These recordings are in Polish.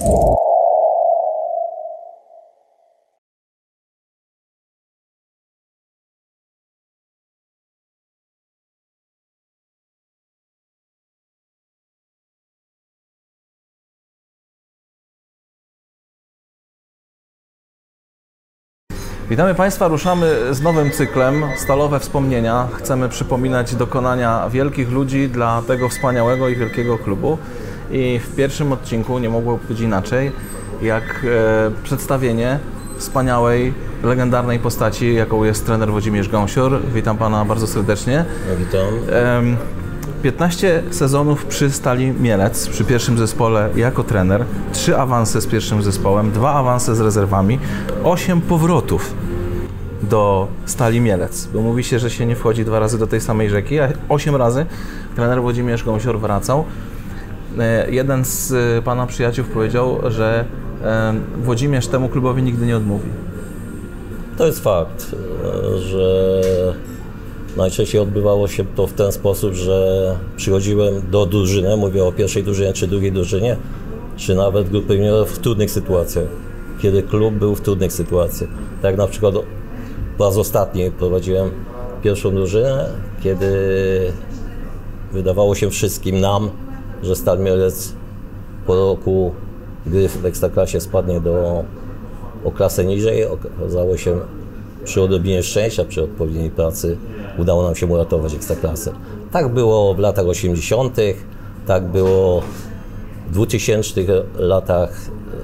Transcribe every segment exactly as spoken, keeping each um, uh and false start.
Witamy Państwa, ruszamy z nowym cyklem Stalowe Wspomnienia. Chcemy przypominać dokonania wielkich ludzi dla tego wspaniałego i wielkiego klubu. I w pierwszym odcinku nie mogło być inaczej, jak e, przedstawienie wspaniałej, legendarnej postaci, jaką jest trener Włodzimierz Gąsior. Witam Pana bardzo serdecznie. Ja witam. E, piętnaście sezonów przy Stali Mielec, przy pierwszym zespole jako trener, trzy awanse z pierwszym zespołem, dwa awanse z rezerwami, osiem powrotów do Stali Mielec, bo mówi się, że się nie wchodzi dwa razy do tej samej rzeki, a osiem razy trener Włodzimierz Gąsior wracał. Jeden z Pana przyjaciół powiedział, że Włodzimierz temu klubowi nigdy nie odmówi. To jest fakt, że najczęściej odbywało się to w ten sposób, że przychodziłem do drużyny, mówię o pierwszej drużynie czy drugiej drużynie, czy nawet grupy juniorów w trudnych sytuacjach, kiedy klub był w trudnych sytuacjach. Tak jak na przykład po raz ostatni prowadziłem pierwszą drużynę, kiedy wydawało się wszystkim nam, że Stal Mielec po roku gry w Ekstraklasie spadnie do, o klasę niżej. Okazało się, przy odrobinie szczęścia, przy odpowiedniej pracy udało nam się uratować Ekstraklasę. Tak było w latach osiemdziesiątych, tak było w dwutysięcznych latach.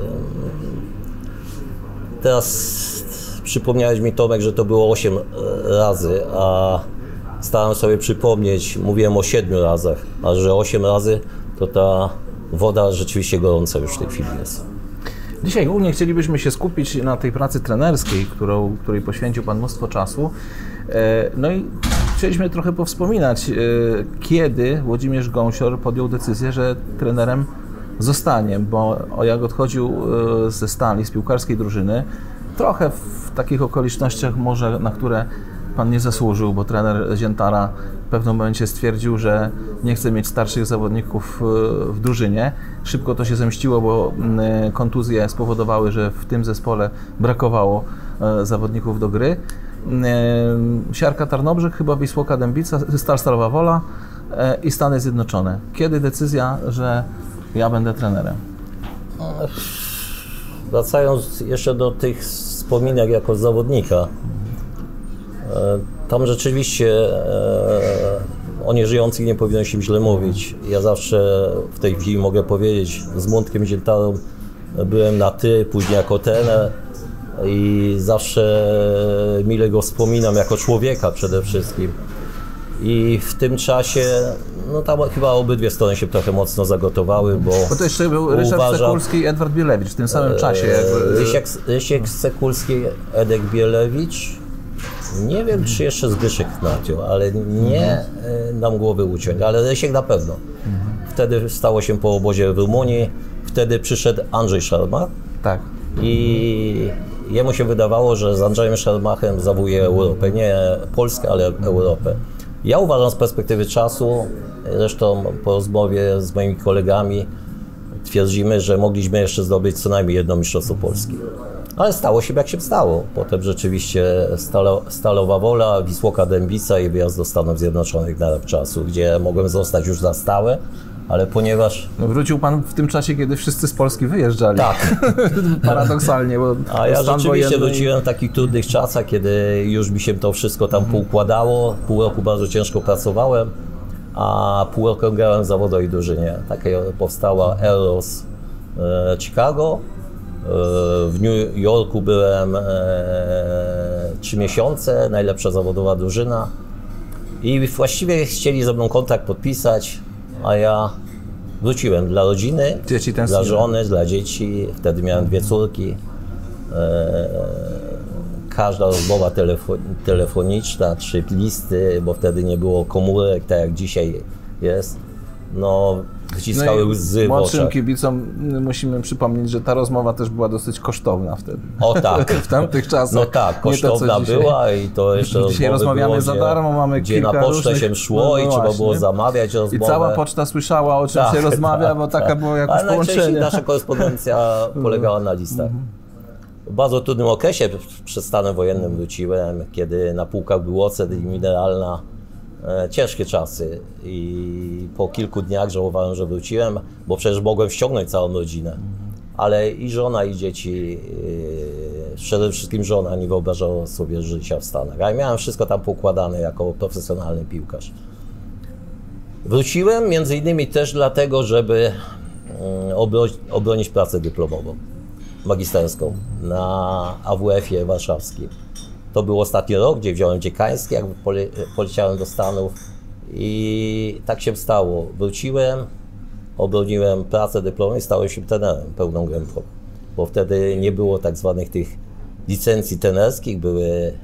Teraz przypomniałeś mi, Tomek, że to było osiem razy, a starałem sobie przypomnieć, mówiłem o siedmiu razach, a że osiem razy, to ta woda rzeczywiście gorąca już w tej chwili jest. Dzisiaj głównie chcielibyśmy się skupić na tej pracy trenerskiej, którą, której poświęcił Pan mnóstwo czasu. No i chcieliśmy trochę powspominać, kiedy Włodzimierz Gąsior podjął decyzję, że trenerem zostanie, bo jak odchodził ze Stali, z piłkarskiej drużyny, trochę w takich okolicznościach może, na które Pan nie zasłużył, bo trener Ziętara w pewnym momencie stwierdził, że nie chce mieć starszych zawodników w drużynie. Szybko to się zemściło, bo kontuzje spowodowały, że w tym zespole brakowało zawodników do gry. Siarka Tarnobrzeg, chyba Wisłoka Dębica, Stal Stalowa Wola i Stany Zjednoczone. Kiedy decyzja, że ja będę trenerem? Wracając jeszcze do tych wspominek jako zawodnika, tam rzeczywiście o nieżyjących nie powinno się źle mówić. Ja zawsze w tej chwili mogę powiedzieć, z Mundkiem Ziętarą byłem na ty, później jako trener i zawsze mile go wspominam jako człowieka przede wszystkim. I w tym czasie, no tam chyba obydwie strony się trochę mocno zagotowały, bo... Bo to jeszcze był Ryszard uważam, Sekulski i Edward Bielewicz w tym samym czasie. Jakby... Rysiek, Rysiek Sekulski, Edek Bielewicz, nie wiem czy jeszcze Zbyszek Knatio, ale nie mhm. nam głowy uciąć, ale Rysiek na pewno. Mhm. Wtedy stało się po obozie w Rumunii, wtedy przyszedł Andrzej Szarmach. Tak. I jemu się wydawało, że z Andrzejem Szarmachem zawuje Europę, nie Polskę, ale Europę. Ja uważam z perspektywy czasu, zresztą po rozmowie z moimi kolegami twierdzimy, że mogliśmy jeszcze zdobyć co najmniej jedno mistrzostwo Polski. Ale stało się jak się stało. Potem rzeczywiście Stalo, Stalowa Wola, Wisłoka Dębica i wyjazd do Stanów Zjednoczonych na rok czasu, gdzie mogłem zostać już na stałe, ale ponieważ... No wrócił Pan w tym czasie, kiedy wszyscy z Polski wyjeżdżali. Tak. Paradoksalnie, bo A ja rzeczywiście wojenny... wróciłem w takich trudnych czasach, kiedy już mi się to wszystko tam mhm. poukładało. Pół roku bardzo ciężko pracowałem, a pół roku grałem w zawodowej drużynie. Takie powstała Eros e, Chicago. W New Yorku byłem trzy e, miesiące, najlepsza zawodowa drużyna i właściwie chcieli ze mną kontrakt podpisać, a ja wróciłem dla rodziny, dzieci dla żony, dla dzieci, wtedy miałem dwie córki. E, każda rozmowa telefo- telefoniczna, czy listy, bo wtedy nie było komórek, tak jak dzisiaj jest. No, wyciskały no łzy w młodszym oczach. kibicom musimy przypomnieć, że ta rozmowa też była dosyć kosztowna wtedy. O tak. W tamtych czasach. No tak, kosztowna to, dzisiaj, była i to jeszcze dzisiaj rozmawiamy było, za gdzie, darmo, mamy gdzie kilka na pocztę różnych, się szło no, no i trzeba właśnie. było zamawiać rozmowę. I cała poczta słyszała, o czym tak, się rozmawia, tak, bo taka tak. była jakoś Ale połączenie. nasza korespondencja polegała na listach. W bardzo trudnym okresie przed stanem wojennym wróciłem, kiedy na półkach był ocet i mineralna. E, ciężkie czasy i po kilku dniach żałowałem, że wróciłem, bo przecież mogłem ściągnąć całą rodzinę. Ale i żona, i dzieci, e, przede wszystkim żona nie wyobrażała sobie życia w Stanach. A ja miałem wszystko tam poukładane jako profesjonalny piłkarz. Wróciłem między innymi też dlatego, żeby obro- obronić pracę dyplomową, magisterską na A W F-ie warszawskim. To był ostatni rok, gdzie wziąłem dziekański, jak pole- poleciałem do Stanów i tak się stało. Wróciłem, obroniłem pracę dyplomową i stałem się trenerem pełną gębą, bo wtedy nie było tak zwanych tych licencji trenerskich, były...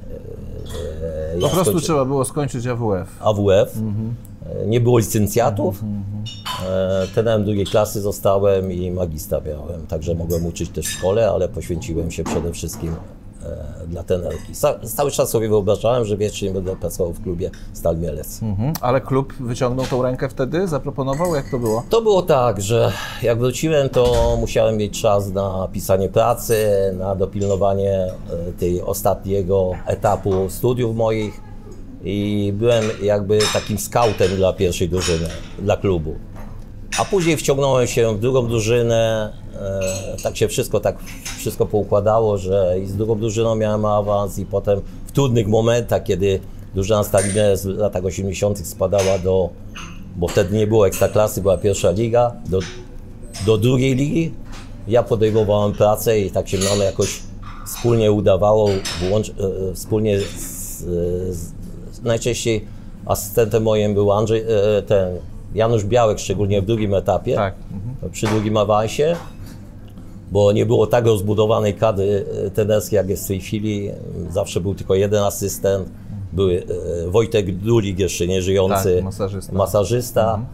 E, Po ja prostu skończy- trzeba było skończyć A W F. A W F, mhm. nie było licencjatów, mhm. e, trenerem drugiej klasy zostałem i magistra miałem, także mogłem uczyć też w szkole, ale poświęciłem się przede wszystkim e, dla trenerki. Cały czas sobie wyobrażałem, że wiecznie będę pracował w klubie Stal Mielec. Mhm. Ale klub wyciągnął tą rękę wtedy, zaproponował? Jak to było? To było tak, że jak wróciłem, to musiałem mieć czas na pisanie pracy, na dopilnowanie e, tej ostatniego etapu studiów moich. I byłem jakby takim skautem dla pierwszej drużyny, dla klubu. A później wciągnąłem się w drugą drużynę, e, tak się wszystko tak wszystko poukładało, że i z drugą drużyną miałem awans i potem w trudnych momentach, kiedy drużyna Stali Mielec w latach osiemdziesiątych spadała do, bo wtedy nie było ekstraklasy, była pierwsza liga, do, do drugiej ligi, ja podejmowałem pracę i tak się nam jakoś wspólnie udawało, włącz, e, wspólnie z, z najczęściej asystentem moim był Andrzej, ten Janusz Białek, szczególnie w drugim etapie, tak. mhm. przy drugim awansie, bo nie było tak rozbudowanej kadry trenerskiej, jak jest w tej chwili. Zawsze był tylko jeden asystent, był Wojtek Dulik, jeszcze nieżyjący, tak, masażysta, masażysta mhm.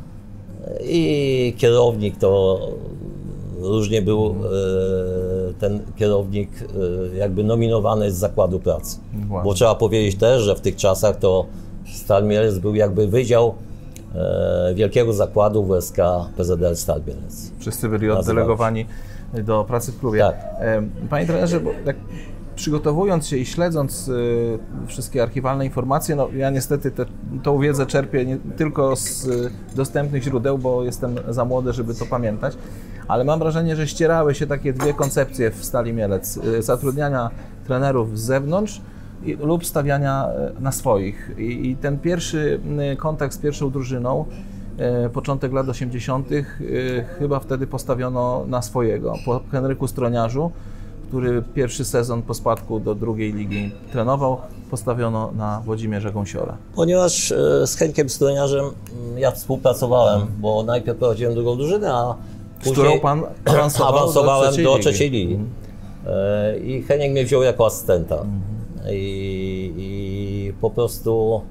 i kierownik to różnie był mhm. ten kierownik jakby nominowany z zakładu pracy. Wow. Bo trzeba powiedzieć też, że w tych czasach to Stal Mielec był jakby wydział e, wielkiego zakładu W S K P Z L Stal Mielec. Wszyscy byli oddelegowani do pracy w klubie. Tak. Panie trenerze, bo tak przygotowując się i śledząc y, wszystkie archiwalne informacje, no ja niestety te, tą wiedzę czerpię nie tylko z y, dostępnych źródeł, bo jestem za młody, żeby to pamiętać, ale mam wrażenie, że ścierały się takie dwie koncepcje w Stali Mielec. Y, zatrudniania trenerów z zewnątrz i, lub stawiania y, na swoich. I, I ten pierwszy y, kontakt z pierwszą drużyną, y, początek lat osiemdziesiątych, y, chyba wtedy postawiono na swojego. Po Henryku Stroniarzu, który pierwszy sezon po spadku do drugiej ligi trenował, postawiono na Włodzimierza Gąsiora. Ponieważ z Henkiem Stroniarzem ja współpracowałem, bo najpierw prowadziłem drugą drużynę, a później z którą pan awansował awansowałem do trzeciej do ligi. trzeciej ligi. Mhm. I Heniek mnie wziął jako asystenta. Mhm. I, I po prostu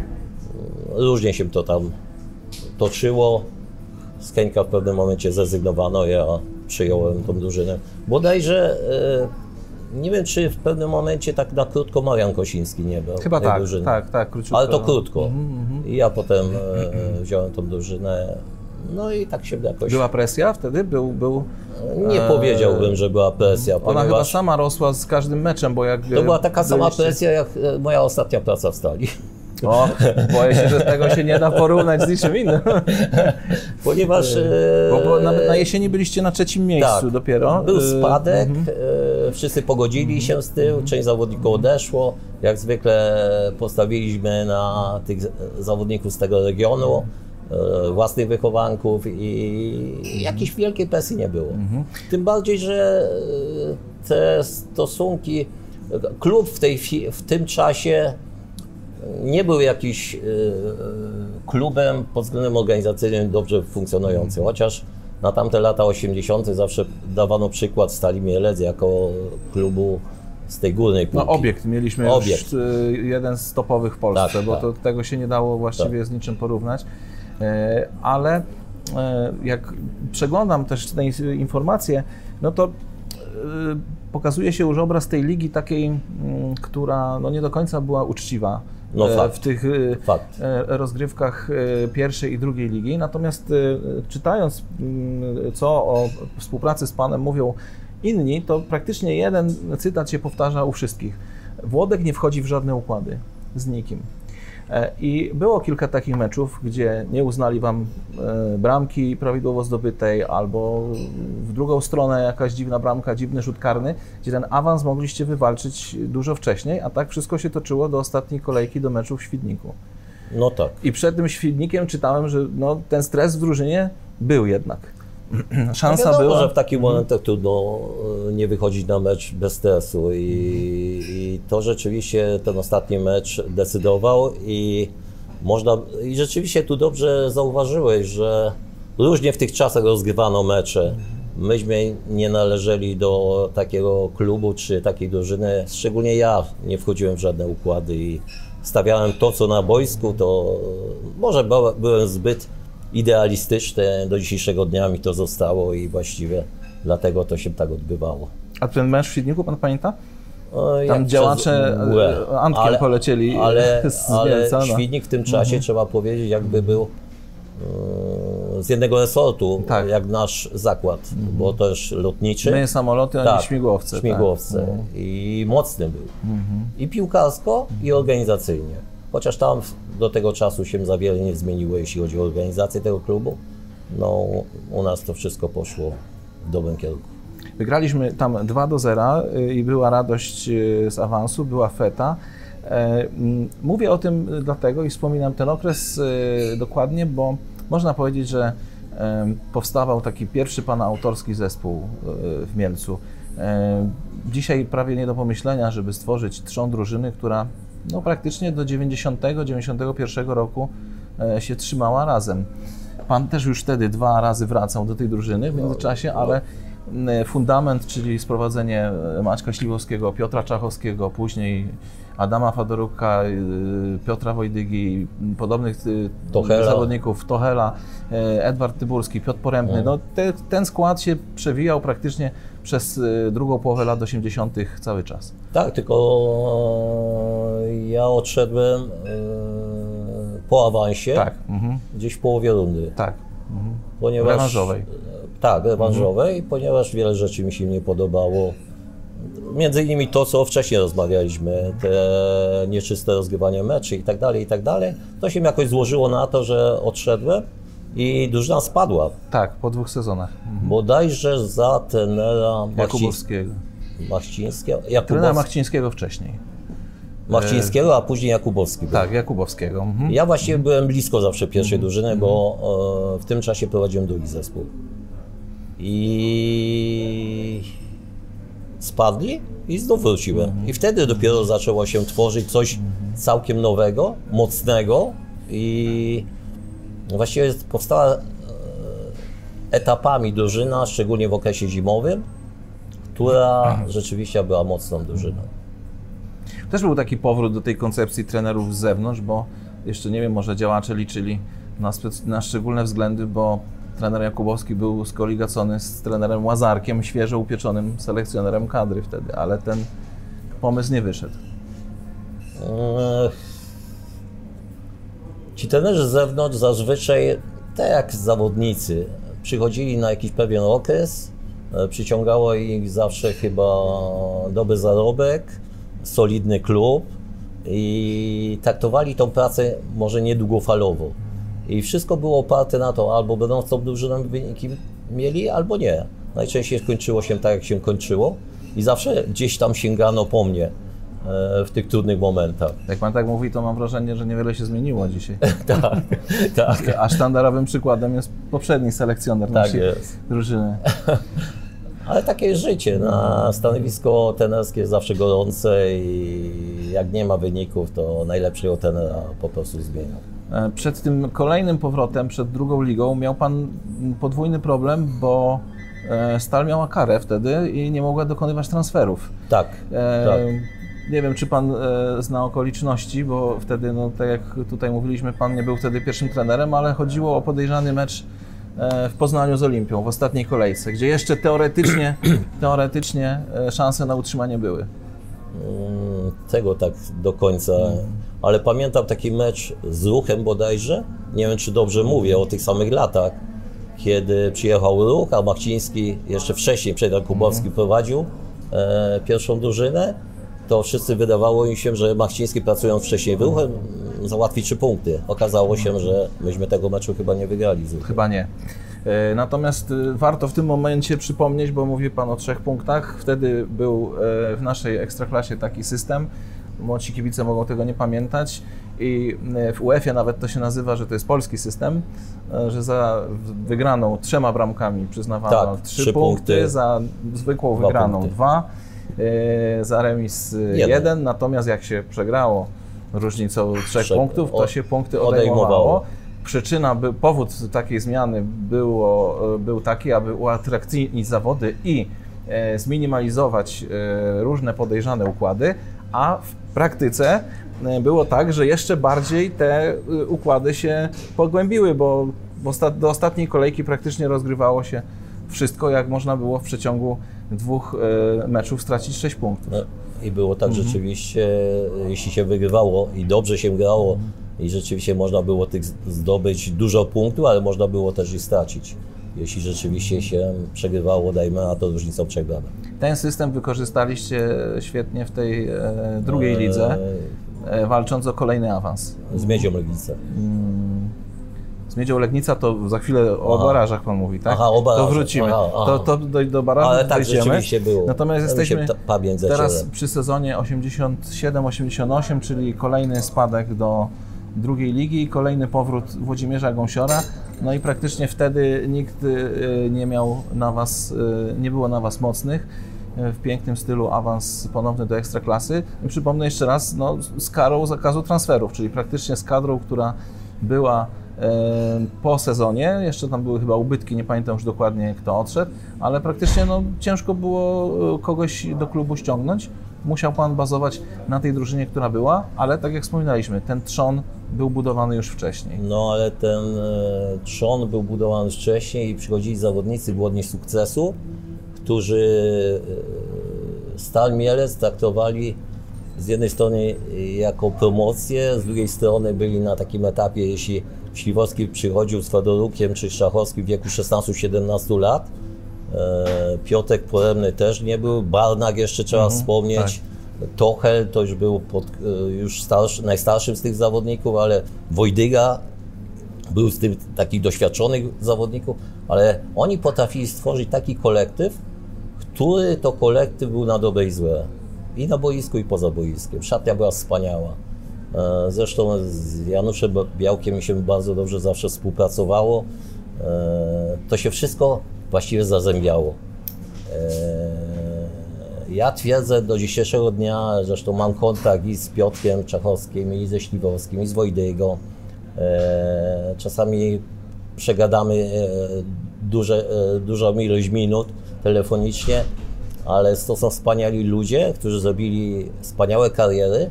różnie się to tam toczyło. Z Henka w pewnym momencie zrezygnowano, ja przyjąłem tą drużynę. Bodajże, e, nie wiem, czy w pewnym momencie tak na krótko Marian Kosiński nie był. Chyba tak, drużyny. tak, tak, króciutko. Ale to krótko. Mm-hmm. I ja potem e, wziąłem tą drużynę, no i tak się jakoś... Była presja wtedy? Był, był... Nie e... powiedziałbym, że była presja, Ona ponieważ... chyba sama rosła z każdym meczem, bo jak... To była taka byliście... sama presja, jak moja ostatnia praca w Stali. O, boję się, że tego się nie da porównać z niczym innym. Ponieważ... Bo, bo nawet na jesieni byliście na trzecim miejscu tak, dopiero. Był spadek, mhm. wszyscy pogodzili się z tym, część zawodników odeszło. Jak zwykle postawiliśmy na tych zawodników z tego regionu, własnych wychowanków i jakiejś wielkiej presji nie było. Mhm. Tym bardziej, że te stosunki, klub w, tej, w tym czasie nie był jakiś y, klubem pod względem organizacyjnym dobrze funkcjonującym, chociaż na tamte lata osiemdziesiąte zawsze dawano przykład Stali Mielec jako klubu z tej górnej półki. No obiekt, mieliśmy obiekt. już y, jeden z topowych w Polsce, tak, bo tak. to, tego się nie dało właściwie tak. z niczym porównać, y, ale jak przeglądam też te informacje, no to pokazuje się już obraz tej ligi takiej, która no nie do końca była uczciwa. No fakt. W tych Fakt. rozgrywkach pierwszej i drugiej ligi. Natomiast czytając, co o współpracy z Panem mówią inni, to praktycznie jeden cytat się powtarza u wszystkich. Włodek nie wchodzi w żadne układy z nikim. I było kilka takich meczów, gdzie nie uznali Wam bramki prawidłowo zdobytej, albo w drugą stronę jakaś dziwna bramka, dziwny rzut karny, gdzie ten awans mogliście wywalczyć dużo wcześniej, a tak wszystko się toczyło do ostatniej kolejki, do meczu w Świdniku. No tak. I przed tym Świdnikiem czytałem, że no, ten stres w drużynie był jednak. Szansa no wiadomo, była. że w takich momentach trudno nie wychodzić na mecz bez stresu i, i to rzeczywiście ten ostatni mecz decydował i można, i rzeczywiście tu dobrze zauważyłeś, że różnie w tych czasach rozgrywano mecze. Myśmy nie należeli do takiego klubu czy takiej drużyny, szczególnie ja nie wchodziłem w żadne układy i stawiałem to, co na boisku, to może byłem zbyt idealistyczne, do dzisiejszego dnia mi to zostało i właściwie dlatego to się tak odbywało. A ten mecz w Świdniku, Pan pamięta? O, Tam działacze Antkiem ale, polecieli ale, z ale Mielca, no. Świdnik w tym czasie, mhm. trzeba powiedzieć, jakby był e, z jednego resortu, tak. jak nasz zakład, mhm. bo też lotniczy. My samoloty, a tak, nie śmigłowce. śmigłowce. Tak. I mocny był. Mhm. I piłkarsko, mhm. i organizacyjnie. Chociaż tam do tego czasu się za wiele nie zmieniło, jeśli chodzi o organizację tego klubu. No, u nas to wszystko poszło w dobrym kierunku. Wygraliśmy tam dwa do zera i była radość z awansu, była feta. Mówię o tym dlatego i wspominam ten okres dokładnie, bo można powiedzieć, że powstawał taki pierwszy Pana autorski zespół w Mielcu. Dzisiaj prawie nie do pomyślenia, żeby stworzyć trzon drużyny, która no, praktycznie do dziewięćdziesiątego, dziewięćdziesiątego pierwszego roku się trzymała razem. Pan też już wtedy dwa razy wracał do tej drużyny w międzyczasie, ale fundament, czyli sprowadzenie Maćka Śliwowskiego, Piotra Czachowskiego, później Adama Fadoruka, Piotra Wojdygi, podobnych Tochela. zawodników, Tochela, Edward Tyburski, Piotr Porębny. No, te, ten skład się przewijał praktycznie przez drugą połowę lat osiemdziesiątych cały czas. Tak, tylko ja odszedłem po awansie, tak. mhm. gdzieś w połowie rundy. Tak. Mhm. Ponieważ, rewanżowej. Tak, rewanżowej, mhm. ponieważ wiele rzeczy mi się nie podobało. Między innymi to, co wcześniej rozmawialiśmy, te nieczyste rozgrywanie meczy i tak dalej, i tak dalej. To się mi jakoś złożyło na to, że odszedłem i drużyna spadła. Tak, po dwóch sezonach. Mhm. Bodajże za trenera Jakubowskiego. Machcińskiego. Trenera Machcińskiego wcześniej. Machcińskiego, a później Jakubowski. Tak, Jakubowskiego. Mhm. Ja właściwie byłem blisko zawsze pierwszej mhm. drużyny, bo e, w tym czasie prowadziłem drugi zespół. I spadli i znów wróciłem. Mhm. I wtedy dopiero zaczęło się tworzyć coś mhm. całkiem nowego, mocnego i właściwie powstała e, etapami drużyna, szczególnie w okresie zimowym, która mhm. rzeczywiście była mocną drużyną. Też był taki powrót do tej koncepcji trenerów z zewnątrz, bo jeszcze nie wiem, może działacze liczyli na, na szczególne względy, bo trener Jakubowski był skoligacony z trenerem Łazarkiem, świeżo upieczonym selekcjonerem kadry wtedy, ale ten pomysł nie wyszedł. Ci trenerzy z zewnątrz zazwyczaj, tak jak zawodnicy, przychodzili na jakiś pewien okres, przyciągało ich zawsze chyba dobry zarobek, solidny klub i traktowali tą pracę może niedługofalowo. I wszystko było oparte na to, albo będą z tą drużyną wyniki mieli, albo nie. Najczęściej skończyło się tak, jak się kończyło i zawsze gdzieś tam sięgano po mnie w tych trudnych momentach. Jak Pan tak mówi, to mam wrażenie, że niewiele się zmieniło dzisiaj. tak, tak. A sztandarowym przykładem jest poprzedni selekcjoner tak naszej jest. drużyny. Ale takie jest życie. Na stanowisko trenerskie jest zawsze gorące i jak nie ma wyników, to najlepszego trenera po prostu zmienia. Przed tym kolejnym powrotem, przed drugą ligą miał Pan podwójny problem, bo Stal miała karę wtedy i nie mogła dokonywać transferów. Tak, e, tak. Nie wiem, czy Pan e, zna okoliczności, bo wtedy, no, tak jak tutaj mówiliśmy, Pan nie był wtedy pierwszym trenerem, ale chodziło o podejrzany mecz w Poznaniu z Olimpią w ostatniej kolejce, gdzie jeszcze teoretycznie, teoretycznie szanse na utrzymanie były. Tego tak do końca, ale pamiętam taki mecz z Ruchem bodajże, nie wiem czy dobrze mówię o tych samych latach, kiedy przyjechał Ruch, a Machciński jeszcze wcześniej, przed Jakubowski prowadził e, pierwszą drużynę, to wszyscy wydawało im się, że Machciński pracując wcześniej w Ruchem załatwi trzy punkty. Okazało się, że myśmy tego meczu chyba nie wygrali z Ruchem. Chyba nie. Natomiast warto w tym momencie przypomnieć, bo mówi Pan o trzech punktach, wtedy był w naszej Ekstraklasie taki system, młodsi kibice mogą tego nie pamiętać i w U E F ie nawet to się nazywa, że to jest polski system, że za wygraną trzema bramkami przyznawano tak, trzy punkty, punkty, za zwykłą dwa wygraną punkty. dwa, za remis jeden. jeden, natomiast jak się przegrało różnicą trzech Prze punktów, to się punkty odejmowało. odejmowało. Przyczyna, by, powód takiej zmiany było, był taki, aby uatrakcyjnić zawody i e, zminimalizować e, różne podejrzane układy, a w praktyce e, było tak, że jeszcze bardziej te e, układy się pogłębiły, bo osta do ostatniej kolejki praktycznie rozgrywało się wszystko, jak można było w przeciągu dwóch e, meczów stracić sześć punktów. No, i było tak mhm. rzeczywiście, jeśli się wygrywało i dobrze się grało, mhm. i rzeczywiście można było tych zdobyć dużo punktów, ale można było też i stracić, jeśli rzeczywiście się przegrywało, dajmy na to różnicą przegraną. Ten system wykorzystaliście świetnie w tej e, drugiej lidze, e, walcząc o kolejny awans. Z Miedzią Legnica. Hmm. Z Miedzią Legnica to za chwilę o aha. barażach Pan mówi, tak? Aha, o barażach. To wrócimy. Aha, aha. To, to do, do barażów ale tak, wejdziemy. rzeczywiście było. Natomiast jesteśmy pamięć teraz przy sezonie osiemdziesiąt siedem osiemdziesiąt osiem, czyli kolejny spadek do drugiej ligi i kolejny powrót Włodzimierza Gąsiora. No i praktycznie wtedy nikt nie miał na was, nie było na was mocnych. W pięknym stylu awans ponowny do Ekstraklasy. I przypomnę jeszcze raz, no, z karą zakazu transferów, czyli praktycznie z kadrą, która była po sezonie, jeszcze tam były chyba ubytki, nie pamiętam już dokładnie kto odszedł, ale praktycznie no, ciężko było kogoś do klubu ściągnąć. Musiał Pan bazować na tej drużynie, która była, ale tak jak wspominaliśmy, ten trzon był budowany już wcześniej. No ale ten e, trzon był budowany już wcześniej i przychodzili zawodnicy głodni sukcesu, którzy e, Stal Mielec traktowali z jednej strony jako promocję, z drugiej strony byli na takim etapie, jeśli Śliwowski przychodził z Fedorukiem czy Szczachowski w wieku szesnastu siedemnastu lat, Piotrek Poremny też nie był, Barnak jeszcze trzeba mhm, wspomnieć, tak. Tochel to już był pod, już starszy, najstarszym z tych zawodników, ale Wojdyga był z tych takich doświadczonych zawodników, ale oni potrafili stworzyć taki kolektyw, który to kolektyw był na dobre i złe. I na boisku, i poza boiskiem. Szatnia była wspaniała. Zresztą z Januszem Białkiem mi się bardzo dobrze zawsze współpracowało. To się wszystko właściwie zazębiało. Ja twierdzę do dzisiejszego dnia, zresztą mam kontakt i z Piotrkiem Czachowskim, i ze Śliwowskim, i z Wojdygą. Czasami przegadamy duże, dużą ilość minut telefonicznie, ale to są wspaniali ludzie, którzy zrobili wspaniałe kariery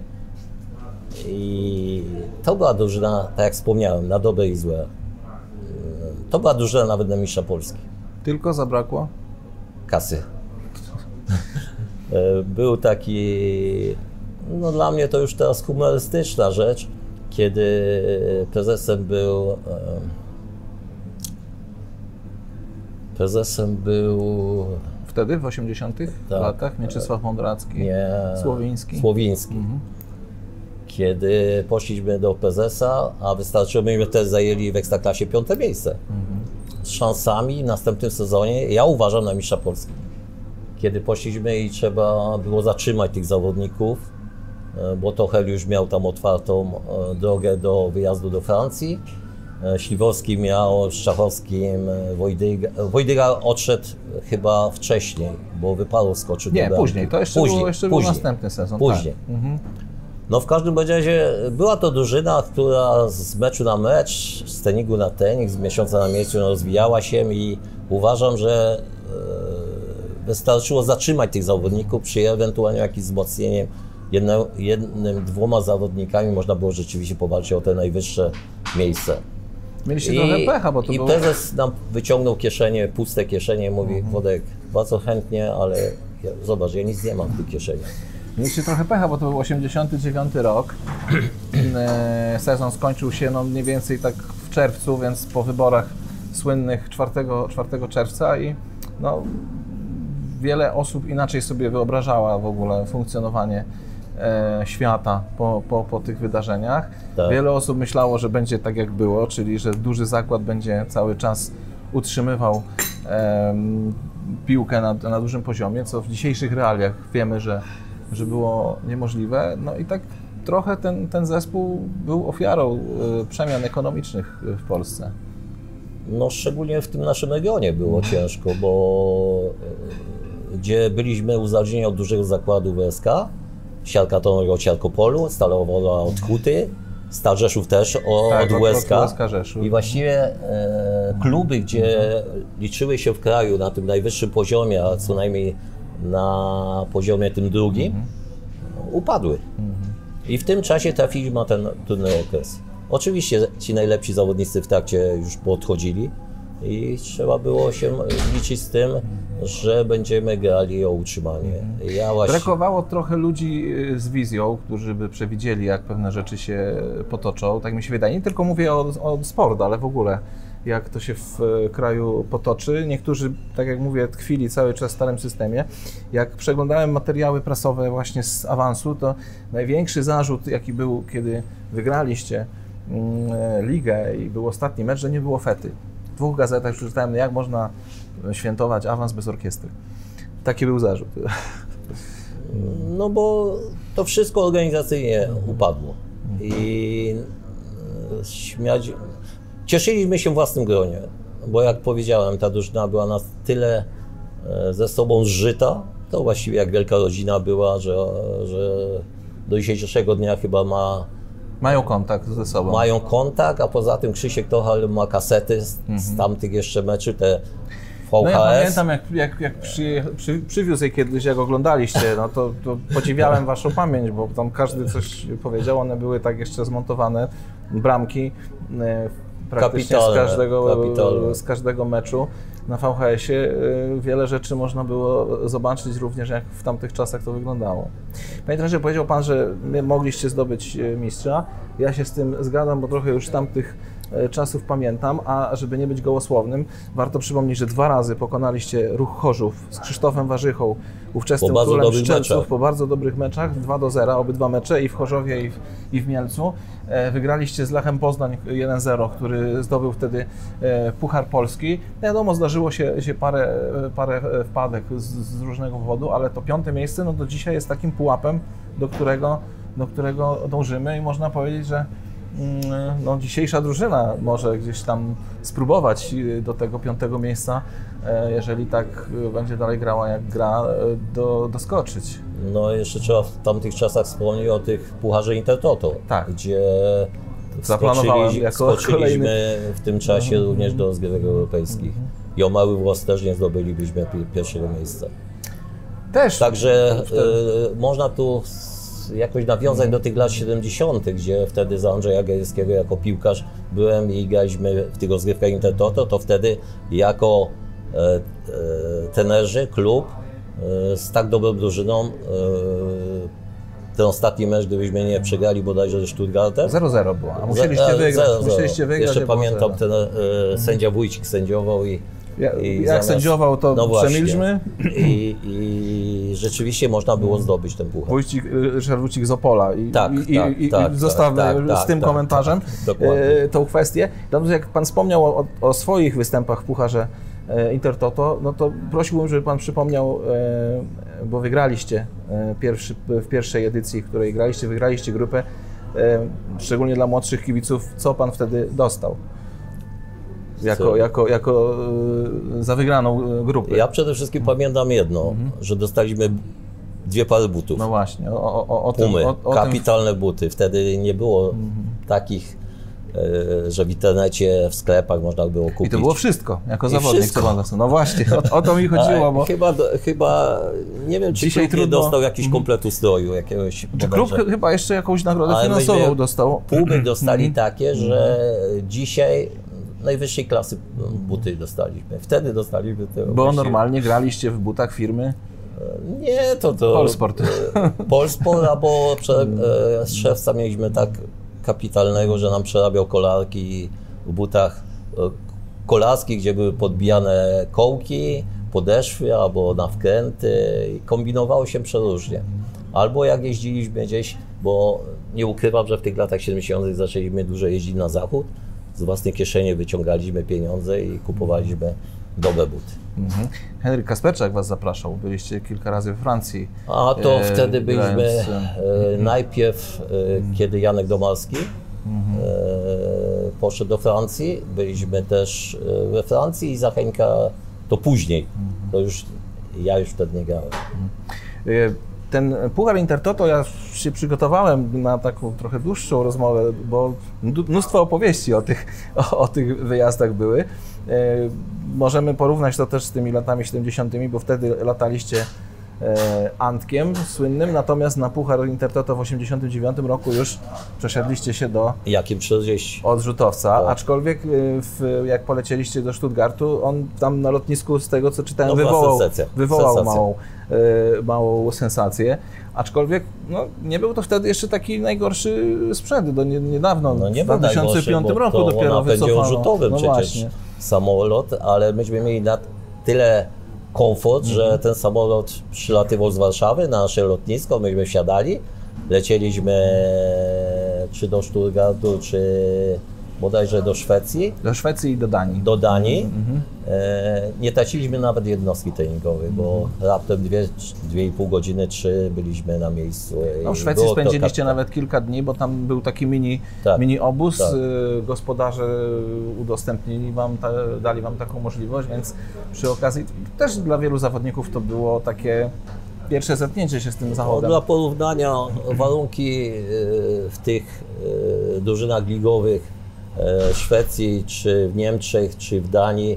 i to była drużyna, tak jak wspomniałem, na dobre i złe. To była drużyna nawet na mistrza Polski. Tylko zabrakło? Kasy. Był taki, no dla mnie to już teraz humorystyczna rzecz, kiedy prezesem był prezesem był wtedy, w osiemdziesiątych tak. latach, Mieczysław Mądracki, nie, Słowiński. Słowiński. Mhm. Kiedy poszliśmy do prezesa, a wystarczyło, myśmy też zajęli w Ekstraklasie piąte miejsce. Mhm. Z szansami w następnym sezonie, ja uważam, na mistrza Polski. Kiedy poszliśmy i trzeba było zatrzymać tych zawodników, bo Tochel już miał tam otwartą drogę do wyjazdu do Francji. Śliwowski miał z Czachowskim, Wojdyga. Wojdyga odszedł chyba wcześniej, bo wypadł, skoczył do Nie, bramki. później, to jeszcze, później, było, jeszcze później, był następny sezon. Później. Tak. Mhm. No w każdym razie była to drużyna, która z meczu na mecz, z treningu na trening, z miesiąca na miesiąc rozwijała się i uważam, że wystarczyło zatrzymać tych zawodników przy ewentualnie jakimś wzmocnieniem. Jednym, jednym, dwoma zawodnikami można było rzeczywiście powalczyć o te najwyższe miejsce. Mieliście I, trochę pecha, bo to i było... prezes nam wyciągnął kieszenie, puste kieszenie, mówi, mhm. Włodek, bardzo chętnie, ale ja, zobacz, ja nic nie mam w tych kieszeniach. Mieliście trochę pecha, bo to był osiemdziesiąty dziewiąty rok. Sezon skończył się no mniej więcej tak w czerwcu, więc po wyborach słynnych czwartego czerwca i no, wiele osób inaczej sobie wyobrażała w ogóle funkcjonowanie e, świata po, po, po tych wydarzeniach. Tak. Wiele osób myślało, że będzie tak jak było, czyli że duży zakład będzie cały czas utrzymywał e, piłkę na, na dużym poziomie, co w dzisiejszych realiach wiemy, że, że było niemożliwe. No i tak trochę ten, ten zespół był ofiarą e, przemian ekonomicznych w Polsce. No szczególnie w tym naszym regionie było ciężko, bo gdzie byliśmy uzależnieni od dużego zakładu W S K, Siarka Toruń od Siarkopolu, Stalowa Wola od Huty, Stal Rzeszów też od, tak, od W S K. W S K Rzeszów. I właściwie e, kluby, gdzie liczyły się w kraju na tym najwyższym poziomie, a co najmniej na poziomie tym drugim, mhm. upadły. Mhm. I w tym czasie trafiliśmy na ten trudny okres. Oczywiście ci najlepsi zawodnicy w trakcie już odchodzili i trzeba było się liczyć z tym, że będziemy grali o utrzymanie. Ja właśnie... Brakowało trochę ludzi z wizją, którzy by przewidzieli, jak pewne rzeczy się potoczą. Tak mi się wydaje. Nie tylko mówię o, o sport, ale w ogóle jak to się w kraju potoczy. Niektórzy, tak jak mówię, tkwili cały czas w starym systemie. Jak przeglądałem materiały prasowe właśnie z awansu, to największy zarzut, jaki był, kiedy wygraliście ligę i był ostatni mecz, że nie było fety. W dwóch gazetach przeczytałem, jak można świętować awans bez orkiestry. Taki był zarzut. No bo to wszystko organizacyjnie upadło. I śmiać... cieszyliśmy się w własnym gronie, bo jak powiedziałem, ta drużyna była na tyle ze sobą zżyta, to właściwie jak wielka rodzina była, że, że do dzisiejszego dnia chyba ma Mają kontakt ze sobą. Mają kontakt, a poza tym Krzysiek Tochal ma kasety z, mhm. z tamtych jeszcze meczy, te V H S. No ja pamiętam, jak, jak, jak przy, przy, przywiózł je kiedyś, jak oglądaliście, no to, to podziwiałem waszą pamięć, bo tam każdy coś powiedział, one były tak jeszcze zmontowane, bramki praktycznie z każdego, z każdego meczu. Na V H S-ie wiele rzeczy można było zobaczyć również, jak w tamtych czasach to wyglądało. Panie trenerze, powiedział Pan, że mogliście zdobyć mistrza. Ja się z tym zgadzam, bo trochę już tamtych czasów pamiętam, a żeby nie być gołosłownym, warto przypomnieć, że dwa razy pokonaliście Ruch Chorzów z Krzysztofem Warzychą, ówczesnym królem Szczelców, po bardzo dobrych meczach, dwa do zera, obydwa mecze i w Chorzowie i w, i w Mielcu. Wygraliście z Lechem Poznań jeden zero, który zdobył wtedy Puchar Polski. Wiadomo, zdarzyło się, się parę, parę wpadek z, z różnego powodu, ale to piąte miejsce no do dzisiaj jest takim pułapem, do którego, do którego dążymy i można powiedzieć, że no, dzisiejsza drużyna może gdzieś tam spróbować do tego piątego miejsca, jeżeli tak będzie dalej grała jak gra, do, doskoczyć. No jeszcze trzeba w tamtych czasach wspomnieć o tych Pucharze Intertoto, tak. Gdzie zaplanowałem jako skoczyliśmy kolejny... w tym czasie mm-hmm. również do rozgrywek europejskich mm-hmm. i o mały włos też nie zdobylibyśmy pierwszego miejsca. Też. Także y, można tu jakoś nawiązać do tych lat siedemdziesiątych, gdzie wtedy za Andrzeja Gajewskiego jako piłkarz byłem i graliśmy w tych rozgrywkach Intertoto, to wtedy jako e, e, trenerzy, klub e, z tak dobrą drużyną e, ten ostatni mecz, gdybyśmy nie przegrali bodajże ze Stuttgartem. zero zero było, a musieliście wygrać. zero, zero. Musieliście wygrać. Jeszcze pamiętam, ten e, sędzia Wójcik sędziował i Ja, I jak zamiast, sędziował, to no przemilczmy. I, I rzeczywiście można było zdobyć ten puchar. Wójcik, Ryszard Wójcik z Opola. I, tak, i, tak, i, tak, i zostawmy tak, z tak, tym tak, komentarzem tak, e, tą kwestię. Natomiast jak Pan wspomniał o, o swoich występach w Pucharze e, Intertoto, no to prosiłbym, żeby Pan przypomniał, e, bo wygraliście e, pierwszy, w pierwszej edycji, w której graliście, wygraliście grupę, e, szczególnie dla młodszych kibiców, co Pan wtedy dostał? Jako, jako, jako za wygraną grupę. Ja przede wszystkim mhm. pamiętam jedno, mhm. że dostaliśmy dwie pary butów. No właśnie, o, o, o Pumy, tym, o, o kapitalne tym... buty. Wtedy nie było mhm. takich, że w internecie, w sklepach można było kupić. I to było wszystko, jako I zawodnik. Wszystko. No właśnie, o, o to mi chodziło. Bo... Chyba, chyba, nie wiem, czy dzisiaj klub trudno... nie dostał jakiś kompletu stroju. Jakiegoś czy klub chyba jeszcze jakąś nagrodę Ale finansową dostał. Pumy dostali takie, że dzisiaj najwyższej klasy buty dostaliśmy. Wtedy dostaliśmy te... Bo właściwie... normalnie graliście w butach firmy? Nie, to to... Polsport. Polsport, albo prze, e, z szewca mieliśmy tak kapitalnego, że nam przerabiał kolarki w butach e, kolarskich, gdzie były podbijane kołki, podeszwy albo na wkręty i kombinowało się przeróżnie. Albo jak jeździliśmy gdzieś, bo nie ukrywam, że w tych latach siedemdziesiątych zaczęliśmy dużo jeździć na zachód, z własnej kieszeni wyciągaliśmy pieniądze i kupowaliśmy dobre buty. Mhm. Henryk Kasperczak was zapraszał, byliście kilka razy we Francji. A to e, wtedy byliśmy grając... e, najpierw, e, kiedy Janek Domalski mhm. e, poszedł do Francji, byliśmy też e, we Francji i Zachenka to później, mhm. to już ja już wtedy nie grałem. Mhm. E, Ten Puchar Intertoto, ja się przygotowałem na taką trochę dłuższą rozmowę, bo mnóstwo opowieści o tych, o, o tych wyjazdach były. E, możemy porównać to też z tymi latami siedemdziesiątymi, bo wtedy lataliście e, Antkiem słynnym, natomiast na Puchar Intertoto w osiemdziesiątym dziewiątym roku już przeszedliście się do Jakim czterdzieści odrzutowca, tak. Aczkolwiek w, jak polecieliście do Stuttgartu, on tam na lotnisku, z tego co czytałem, no, wywołał, sensacja. wywołał sensacja. małą, y, małą sensację. Aczkolwiek no, nie był to wtedy jeszcze taki najgorszy sprzęt, do nie, niedawno, no nie w dwa tysiące piątym roku to dopiero wycofano. odrzutowym No przecież właśnie. samolot, ale myśmy mieli na tyle komfort, Mhm. że ten samolot przylatywał z Warszawy na nasze lotnisko, myśmy wsiadali, lecieliśmy czy do Stuttgartu, czy bodajże do Szwecji. Do Szwecji i do Danii. Do Danii. Mhm. E, nie traciliśmy nawet jednostki treningowej, bo raptem dwie, dwie i pół godziny, trzy byliśmy na miejscu. No, w Szwecji spędziliście nawet kilka dni, bo tam był taki mini, tak, mini obóz. tak. Gospodarze udostępnili wam, ta, dali wam taką możliwość, więc przy okazji też dla wielu zawodników to było takie pierwsze zetknięcie się z tym No, zachodem. dla porównania warunki w tych drużynach ligowych w Szwecji, czy w Niemczech, czy w Danii,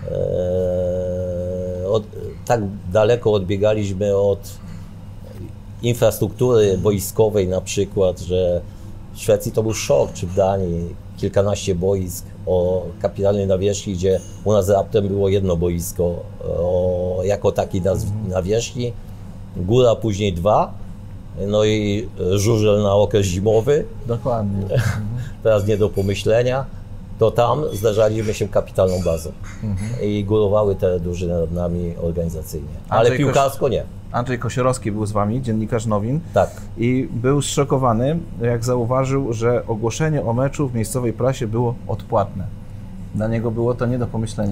od, tak daleko odbiegaliśmy od infrastruktury wojskowej na przykład, że w Szwecji to był szok, czy w Danii kilkanaście boisk o kapitalnej nawierzchni, gdzie u nas raptem było jedno boisko o, jako taki nawierzchni, góra później dwa, no i żużel na okres zimowy. Dokładnie. Teraz nie do pomyślenia, to tam zdarzaliśmy się kapitalną bazą mhm. i górowały te drużyny nad nami organizacyjnie, ale Andrzej piłkarsko Koś... nie. Andrzej Kosiorowski był z wami, dziennikarz Nowin, tak. i był zszokowany, jak zauważył, że ogłoszenie o meczu w miejscowej prasie było odpłatne. Dla niego było to nie do pomyślenia.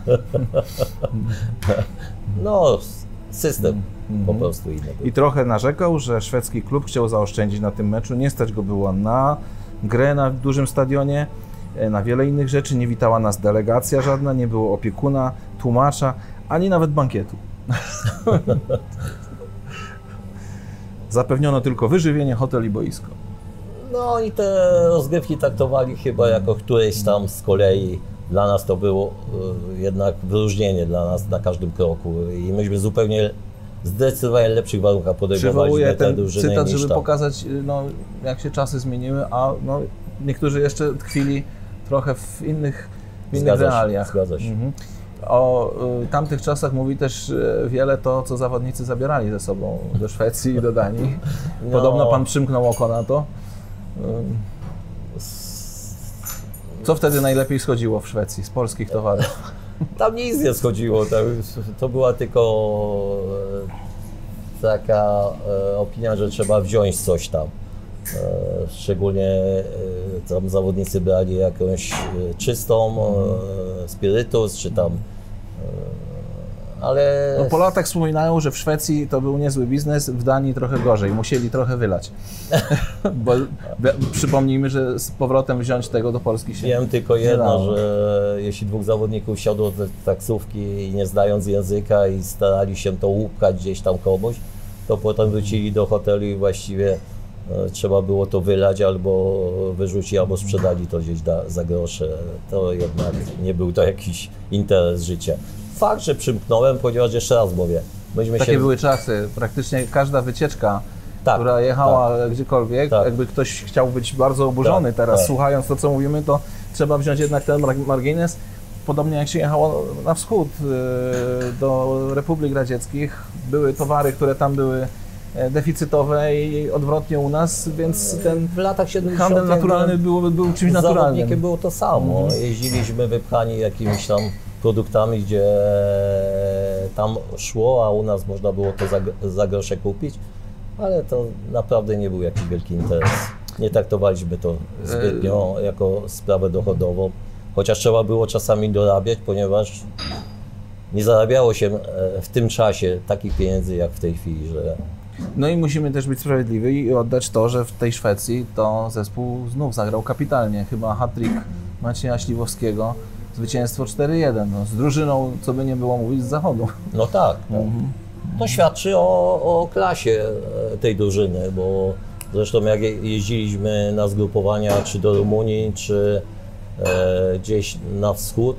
No, system mm-hmm. po prostu inny był. I trochę narzekał, że szwedzki klub chciał zaoszczędzić na tym meczu, nie stać go było na grę na dużym stadionie, na wiele innych rzeczy, nie witała nas delegacja żadna, nie było opiekuna, tłumacza, ani nawet bankietu. Zapewniono tylko wyżywienie, hotel i boisko. No i te rozgrywki traktowali chyba jako któreś tam z kolei. Dla nas to było y, jednak wyróżnienie dla nas na każdym kroku i myśmy zupełnie zdecydowanie lepszych warunkach podejmowaliśmy te drużyny cytat, niż żeby tam. pokazać, no, jak się czasy zmieniły, a no, niektórzy jeszcze tkwili trochę w innych, w innych Zgadza się, realiach. Zgadza się. Mhm. O y, tamtych czasach mówi też y, wiele to, co zawodnicy zabierali ze sobą do Szwecji i do Danii. Podobno No. pan przymknął oko na to. Y, co wtedy najlepiej schodziło w Szwecji z polskich towarów? Tam nic nie schodziło, to, to była tylko e, taka e, opinia, że trzeba wziąć coś tam. E, szczególnie e, tam zawodnicy brali jakąś e, czystą e, spirytus, czy tam, e, ale... No, po latach wspominają, że w Szwecji to był niezły biznes, w Danii trochę gorzej, musieli trochę wylać. Bo przypomnijmy, że z powrotem wziąć tego do Polski się Wiem tylko jedno, dało. że jeśli dwóch zawodników siadło do taksówki i nie znając języka i starali się to upchać gdzieś tam komuś, to potem wrócili do hotelu i właściwie e, trzeba było to wylać albo wyrzucić, albo sprzedali to gdzieś da, za grosze. To jednak nie był to jakiś interes życia. Fakt, że przymknąłem, ponieważ jeszcze raz mówię, myśmy Takie się... były czasy, praktycznie każda wycieczka, Tak, która jechała tak. gdziekolwiek, Tak. jakby ktoś chciał być bardzo oburzony Tak, teraz, tak. słuchając to, co mówimy, to trzeba wziąć jednak ten margines. Podobnie jak się jechało na wschód do Republik Radzieckich, były towary, które tam były deficytowe i odwrotnie u nas, więc ten w latach siedemdziesiątych handel naturalny był, był czymś naturalnym. było to samo. Mhm. Jeździliśmy wypchani jakimiś tam produktami, gdzie tam szło, a u nas można było to za, za grosze kupić, ale to naprawdę nie był jakiś wielki interes. Nie traktowaliśmy to zbytnio jako sprawę dochodową, chociaż trzeba było czasami dorabiać, ponieważ nie zarabiało się w tym czasie takich pieniędzy jak w tej chwili, że... No i musimy też być sprawiedliwi i oddać to, że w tej Szwecji to zespół znów zagrał kapitalnie. Chyba hat-trick Macieja Śliwowskiego, zwycięstwo cztery jeden, no, z drużyną, co by nie było mówić, z zachodu. No tak, tak. Mhm. To świadczy o, o klasie tej drużyny, bo zresztą jak jeździliśmy na zgrupowania czy do Rumunii, czy e, gdzieś na wschód,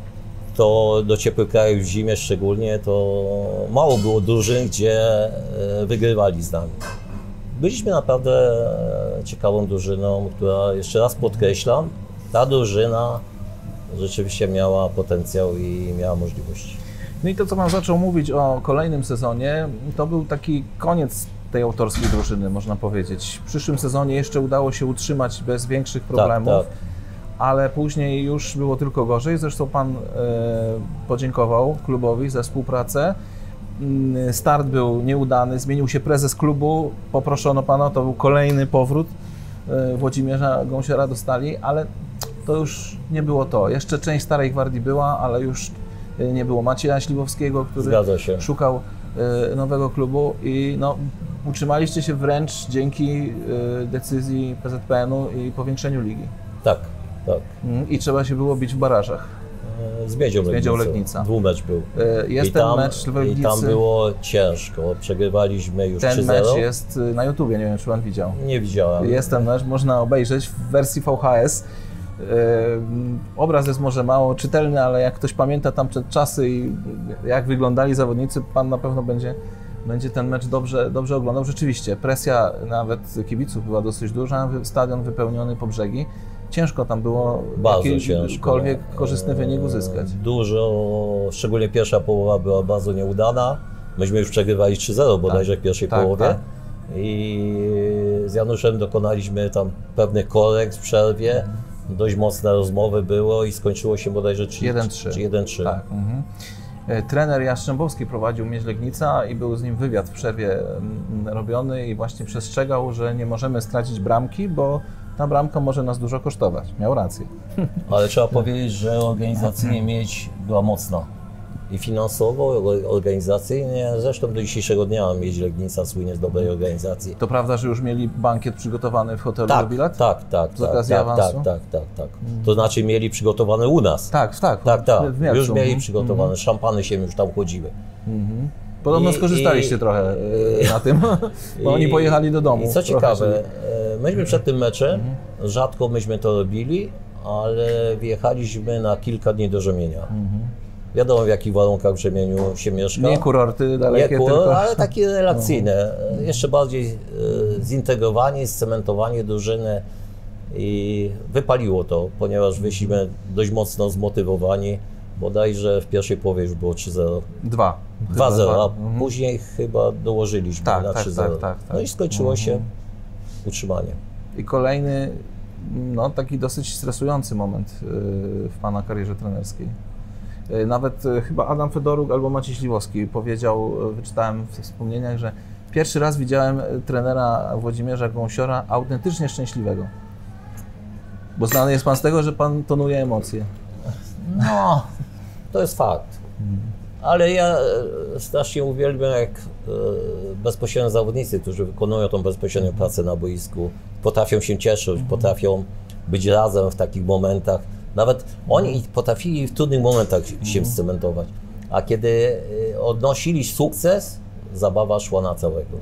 to do ciepłych krajów w zimie szczególnie, to mało było drużyn, gdzie wygrywali z nami. Byliśmy naprawdę ciekawą drużyną, która, jeszcze raz podkreślam, ta drużyna rzeczywiście miała potencjał i miała możliwości. No i to, co Pan zaczął mówić o kolejnym sezonie, to był taki koniec tej autorskiej drużyny, można powiedzieć. W przyszłym sezonie jeszcze udało się utrzymać bez większych problemów. Tak, tak. Ale później już było tylko gorzej. Zresztą Pan e, podziękował klubowi za współpracę. Start był nieudany, zmienił się prezes klubu, poproszono Pana, to był kolejny powrót. E, Włodzimierza Gąsiora dostali, ale to już nie było to. Jeszcze część Starej Gwardii była, ale już nie było Macieja Śliwowskiego, który szukał e, nowego klubu i no, utrzymaliście się wręcz dzięki e, decyzji P Z P N-u i powiększeniu ligi. Tak. Tak. I trzeba się było bić w barażach. Z Miedzią, z Miedzią Legnica. Dwumecz był. Jest I ten tam, mecz w Legnicy. I tam było ciężko. Przegrywaliśmy już ten trzy zero. Ten mecz jest na YouTubie, nie wiem, czy Pan widział. Nie widziałem. Jest ten mecz, można obejrzeć w wersji V H S. Obraz jest może mało czytelny, ale jak ktoś pamięta tam czasy i jak wyglądali zawodnicy, Pan na pewno będzie, będzie ten mecz dobrze, dobrze oglądał. Rzeczywiście, presja nawet kibiców była dosyć duża, stadion wypełniony po brzegi. Ciężko tam było jakikolwiek korzystny wynik uzyskać. Dużo, szczególnie pierwsza połowa była bardzo nieudana. Myśmy już przegrywali trzy zero bodajże tak, w pierwszej tak, połowie. Tak. I z Januszem dokonaliśmy tam pewnych korekt w przerwie. Dość mocne rozmowy było i skończyło się bodajże jeden trzy. Tak, mhm. Trener Jastrzębowski prowadził Miedź Legnica i był z nim wywiad w przerwie robiony i właśnie przestrzegał, że nie możemy stracić bramki, bo ta bramka może nas dużo kosztować. Miał rację. Ale trzeba powiedzieć, że organizacyjnie Miedź była mocna. I finansowo, organizacyjnie. Zresztą do dzisiejszego dnia Miedź Legnica słynie z dobrej organizacji. To prawda, że już mieli bankiet przygotowany w hotelu tak, Bilet? Tak, tak. Z okazji tak, awansu? Tak, tak, tak, tak. To znaczy mieli przygotowany u nas. Tak, tak. Tak, tak. W już mieli przygotowane. Mm. Szampany się już tam chodziły. Mm-hmm. Podobno I, skorzystaliście i, trochę i, na tym, bo i, oni pojechali do domu. I co ciekawe, myśmy przed tym meczem, mm-hmm. rzadko myśmy to robili, ale wjechaliśmy na kilka dni do Rzemienia. Mm-hmm. Wiadomo, w jakich warunkach w Rzemieniu się mieszka. Nie kurorty dalekie, nie kurort, tylko... ale takie relaksyjne. No. Jeszcze bardziej e, zintegrowanie, scementowanie drużyny i wypaliło to, ponieważ wyszliśmy dość mocno zmotywowani. Bodajże w pierwszej połowie już było trzy zero. dwa. dwa zero, a mhm. później chyba dołożyliśmy tak, na tak, trzy zero. Tak, tak, tak. No i skończyło mhm. się utrzymanie. I kolejny, no taki dosyć stresujący moment w Pana karierze trenerskiej. Nawet chyba Adam Fedoruk albo Maciej Śliwowski powiedział, wyczytałem w wspomnieniach, że pierwszy raz widziałem trenera Włodzimierza Gąsiora autentycznie szczęśliwego. Bo znany jest Pan z tego, że Pan tonuje emocje. No, to jest fakt. Ale ja strasznie uwielbiam, jak bezpośrednio zawodnicy, którzy wykonują tą bezpośrednią pracę na boisku, potrafią się cieszyć, potrafią być razem w takich momentach. Nawet oni potrafili w trudnych momentach się scementować, a kiedy odnosili sukces, zabawa szła na całego.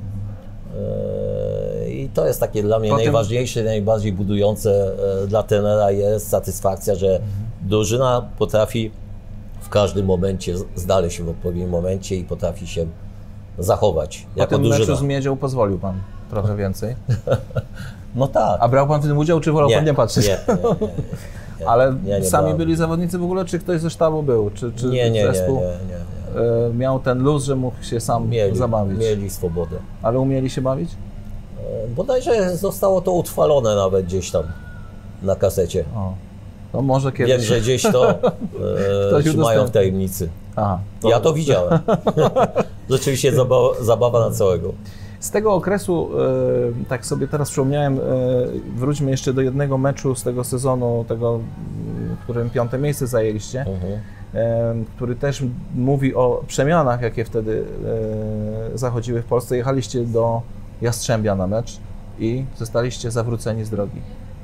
I to jest takie dla mnie Potem... najważniejsze, najbardziej budujące dla trenera jest satysfakcja, że drużyna potrafi w każdym momencie znaleźć się w odpowiednim momencie i potrafi się zachować jako drużyna. Po tym meczu z Miedzią pozwolił Pan trochę więcej? No tak. A brał Pan w tym udział, czy wolał nie, Pan nie patrzeć? Nie, nie, nie. nie. Ale nie, nie sami brałem. byli zawodnicy w ogóle, czy ktoś ze sztabu był? Czy, czy Nie, nie, nie, zespół nie, nie, nie. e, miał ten luz, że mógł się sam Mieli, zabawić? mieli swobodę. Ale umieli się bawić? E, Bodajże zostało to utrwalone nawet gdzieś tam na kasecie. O, no może kiedyś. Wiem, że gdzieś to e, Ktoś trzymają w udostępnił. tajemnicy. Aha, Ja to widziałem. Rzeczywiście zabawa, zabawa na całego. Z tego okresu, e, tak sobie teraz przypomniałem, e, wróćmy jeszcze do jednego meczu z tego sezonu, tego, m, w którym piąte miejsce zajęliście, Mhm. e, który też mówi o przemianach, jakie wtedy e, zachodziły w Polsce. Jechaliście do Jastrzębia na mecz i zostaliście zawróceni z drogi.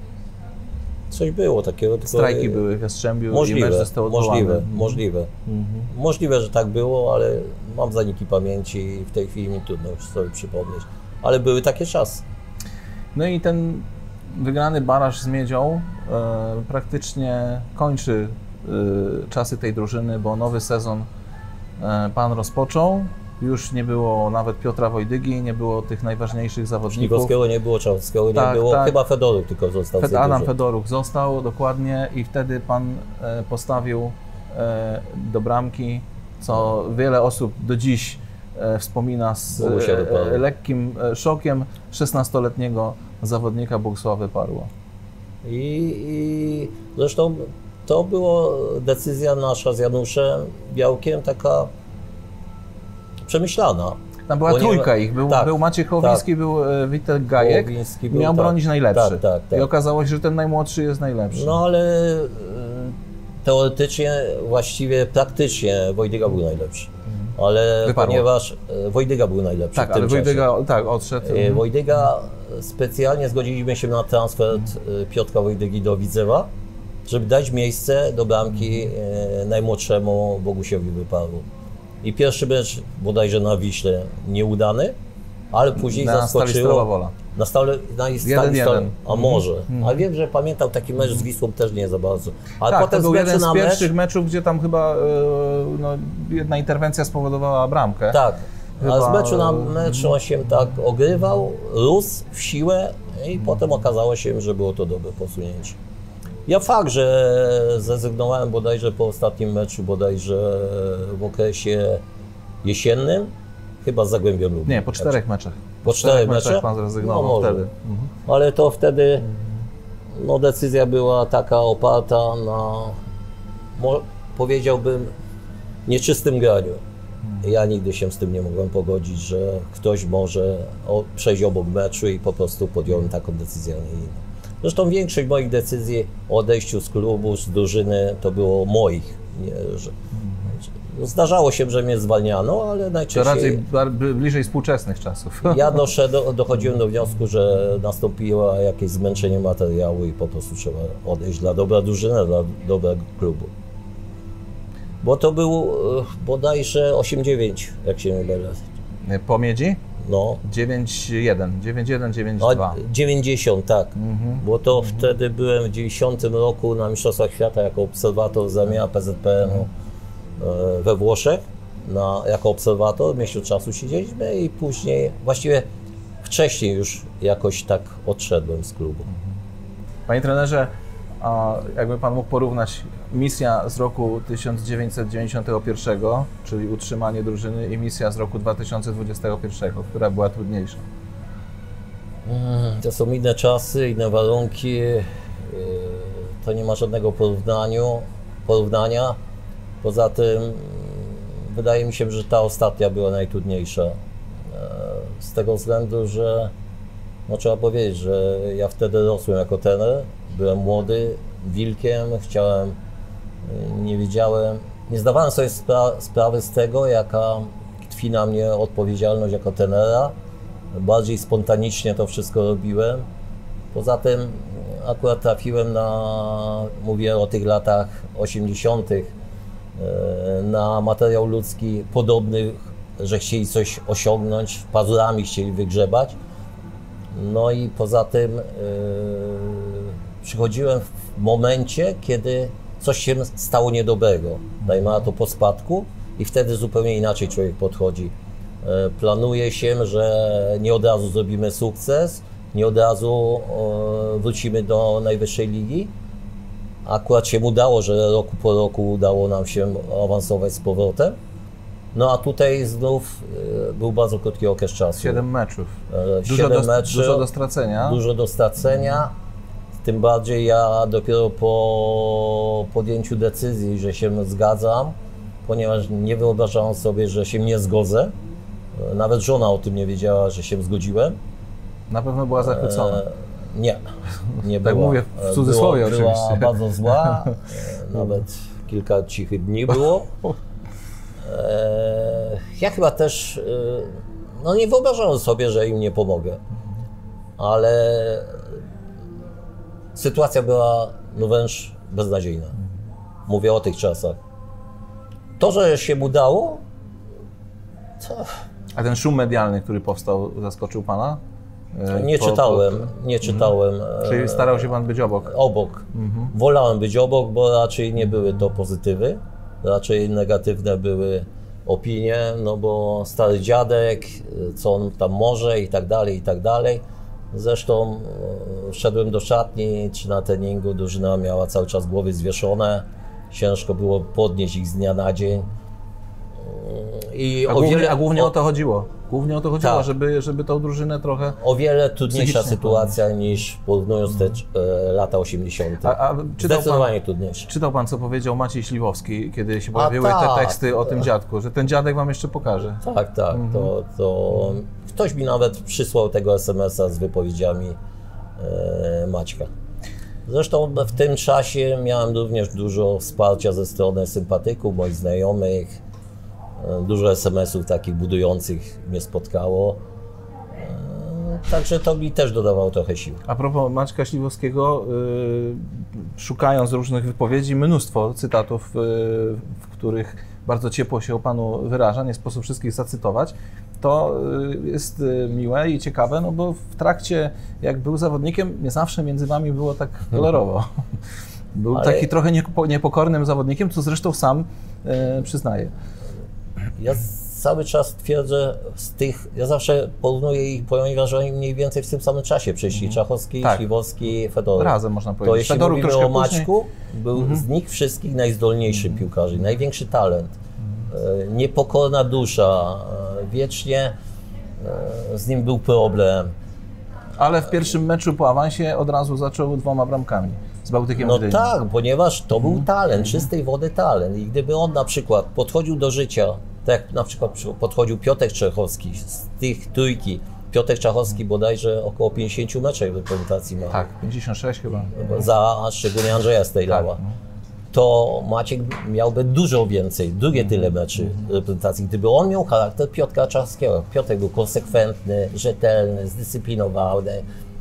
Coś było takiego. Tylko Strajki były w Jastrzębiu i mecz Możliwe, został odwołany. możliwe, Mhm. możliwe. Mhm. Możliwe, że tak było, ale mam zaniki pamięci i w tej chwili mi trudno już sobie przypomnieć. Ale były takie czasy. No i ten wygrany baraż z Miedzią e, praktycznie kończy e, czasy tej drużyny, bo nowy sezon e, pan rozpoczął. Już nie było nawet Piotra Wojdygi, nie było tych najważniejszych zawodników. Śliwowskiego nie było, Czałowskiego nie Tak, było, tak. chyba Fedoruk tylko został. Fed, z tej Adam drużyny. Fedoruk został, dokładnie, i wtedy pan e, postawił e, do bramki, co wiele osób do dziś e, wspomina z Bogusia Wyparło. e, lekkim e, szokiem szesnastoletniego zawodnika Bogusławy Parło. I, I zresztą to była decyzja nasza z Januszem Białkiem, taka przemyślana. Tam była Bo nie- trójka ich, był, tak, był Maciej Hołowski, tak. był e, Witek Gajek, Wołowiński był, miał tak. bronić najlepszy. Tak, tak, tak. I okazało się, że ten najmłodszy jest najlepszy. No ale y, teoretycznie, właściwie praktycznie Wojdyga był najlepszy. Ale Wyparło. ponieważ y, Wojdyga był najlepszy tak, w tym ale czasie. Wojdyga tak, odszedł. Y, Wojdyga, specjalnie zgodziliśmy się na transfer y, Piotra Wojdygi do Widzewa, żeby dać miejsce do bramki y, najmłodszemu Bogusiowi Wyparło. I pierwszy mecz bodajże na Wiśle nieudany, ale później Na Stali Stalowa zaskoczyło. Wola. Na stale, na jeden stali, stale, jeden. a może. A wiem, że pamiętał taki mecz z Wisłą też nie za bardzo. Ale Tak, potem to był z meczu jeden z na pierwszych mecz, meczów, gdzie tam chyba e, no, jedna interwencja spowodowała bramkę. tak. Chyba- Ale z meczu na mecz on się tak ogrywał, rósł w siłę i potem okazało się, że było to dobre posunięcie. Ja fakt, że zrezygnowałem bodajże po ostatnim meczu, bodajże w okresie jesiennym, chyba z Zagłębiem Lubin. Nie, po czterech meczach. Po czterech meczach meczach? pan zrezygnował No może. wtedy. Mhm. Ale to wtedy no, decyzja była taka oparta na, mo, powiedziałbym, nieczystym graniu. Ja nigdy się z tym nie mogłem pogodzić, że ktoś może o, przejść obok meczu i po prostu podjąłem taką decyzję, a nie inną. Zresztą większość moich decyzji o odejściu z klubu, z drużyny to było moich. Nie, że, zdarzało się, że mnie zwalniano, ale To najczęściej... raczej bar- bliżej współczesnych czasów. Ja doszedłem, dochodziłem do wniosku, że nastąpiło jakieś zmęczenie materiału i po prostu trzeba odejść dla dobra drużyny, dla dobra klubu. Bo to był e, bodajże osiem dziewięć, jak się nie mylę. Po Miedzi? No, dziewięć jeden, dziewięć jeden, dziewięć a dwa. dziewięćdziesiąt, tak. Mhm. Bo to wtedy byłem w dziewięćdziesiątym roku na Mistrzostwach Świata jako obserwator z ramienia P Z P N-u e, we Włoszech. Na, jako obserwator, miesiąc czasu siedzieliśmy i później, właściwie wcześniej już jakoś tak odszedłem z klubu. Panie trenerze, a jakby pan mógł porównać misja z roku tysiąc dziewięćset dziewięćdziesiątego pierwszego, czyli utrzymanie drużyny, i misja z roku dwa tysiące dwudziestego pierwszego, która była trudniejsza? Mm, To są inne czasy, inne warunki, yy, to nie ma żadnego porównaniu, porównania. Poza tym mm, wydaje mi się, że ta ostatnia była najtrudniejsza. Yy, Z tego względu, że no, trzeba powiedzieć, że ja wtedy rosłem jako trener, byłem młody, wilkiem, chciałem, yy, nie wiedziałem, nie zdawałem sobie spra- sprawy z tego, jaka tkwi na mnie odpowiedzialność jako trenera. Bardziej spontanicznie to wszystko robiłem. Poza tym akurat trafiłem na, mówię o tych latach osiemdziesiątych, e, na materiał ludzki podobny, że chcieli coś osiągnąć, pazurami chcieli wygrzebać. No i poza tym e, przychodziłem w momencie, kiedy coś się stało niedobrego, dajmy na to po spadku, i wtedy zupełnie inaczej człowiek podchodzi. Planuje się, że nie od razu zrobimy sukces, nie od razu wrócimy do najwyższej ligi, Akurat się udało, że roku po roku udało nam się awansować z powrotem. No a tutaj znów y, był bardzo krótki okres czasu. Siedem meczów. E, Dużo, Siedem do, meczów, dużo do stracenia. Dużo do stracenia. Tym bardziej ja dopiero po podjęciu decyzji, że się zgadzam, ponieważ nie wyobrażałem sobie, że się nie zgodzę. Nawet żona o tym nie wiedziała, że się zgodziłem. Na pewno była zachwycona. E, nie, nie tak była. mówię w cudzysłowie była, oczywiście. Była bardzo zła, e, nawet kilka cichych dni było. E, ja chyba też, e, no nie wyobrażałem sobie, że im nie pomogę, ale sytuacja była no wręcz beznadziejna. Mówię o tych czasach. To, że się udało, to... A ten szum medialny, który powstał, zaskoczył pana? E, Nie po, czytałem, po... nie czytałem. Mhm. Czyli starał się pan być obok? Obok. Mhm. Wolałem być obok, bo raczej nie były to pozytywy, raczej negatywne były opinie, no bo stary dziadek, co on tam może i tak dalej, i tak dalej. Zresztą e, wszedłem do szatni, czy na treningu, drużyna miała cały czas głowy zwieszone, ciężko było podnieść ich z dnia na dzień. I a, o głównie, wiele, a głównie o, o to chodziło. Głównie o to chodziło, tak. żeby, żeby tą drużynę trochę... O wiele trudniejsza psychicznie sytuacja niż porównując te e, lata osiemdziesiąte. A, a czytał Zdecydowanie pan, trudniejsze. czytał pan, co powiedział Maciej Śliwowski, kiedy się A pojawiły tak, te teksty o tym tak. dziadku, że ten dziadek wam jeszcze pokaże. Tak, tak. Mhm. To, to ktoś mi nawet przysłał tego es em es a z wypowiedziami e, Maćka. Zresztą w tym czasie miałem również dużo wsparcia ze strony sympatyków, moich znajomych. E, dużo es em esów takich budujących mnie spotkało. E, także to mi też dodawało trochę sił. A propos Maćka Śliwowskiego, yy, szukając różnych wypowiedzi, mnóstwo cytatów, yy, w których bardzo ciepło się o panu wyraża, nie sposób wszystkich zacytować, to yy, jest yy, miłe i ciekawe, no bo w trakcie, jak był zawodnikiem, nie zawsze między wami było tak kolorowo. Był Ale... taki trochę niepo, niepokornym zawodnikiem, co zresztą sam yy, przyznaje. Ja cały czas twierdzę z tych, ja zawsze porównuję ich, ponieważ oni mniej więcej w tym samym czasie przyszli, Czachowski, Tak. Śliwowski, Fedoruk. Razem można To powiedzieć. jeśli Fedoruk mówimy troszkę o Maćku, później. był Mhm. z nich wszystkich najzdolniejszy piłkarzy, największy talent, e, niepokorna dusza, e, wiecznie e, z nim był problem. Ale w pierwszym meczu po awansie od razu zaczął dwoma bramkami z Bałtykiem No Gdyni. tak, ponieważ to był talent, czystej wody talent i gdyby on na przykład podchodził do życia, tak jak na przykład podchodził Piotr Czechowski z tych trójki, Piotr Czechowski bodajże około pięćdziesiąt meczów w reprezentacji ma. Tak, pięćdziesiąt sześć chyba. Za szczególnie Andrzeja Stejlała. Tak. To Maciek miałby dużo więcej, drugie tyle meczy reprezentacji, gdyby on miał charakter Piotra Czechowskiego. Piotr był konsekwentny, rzetelny, zdyscyplinowany.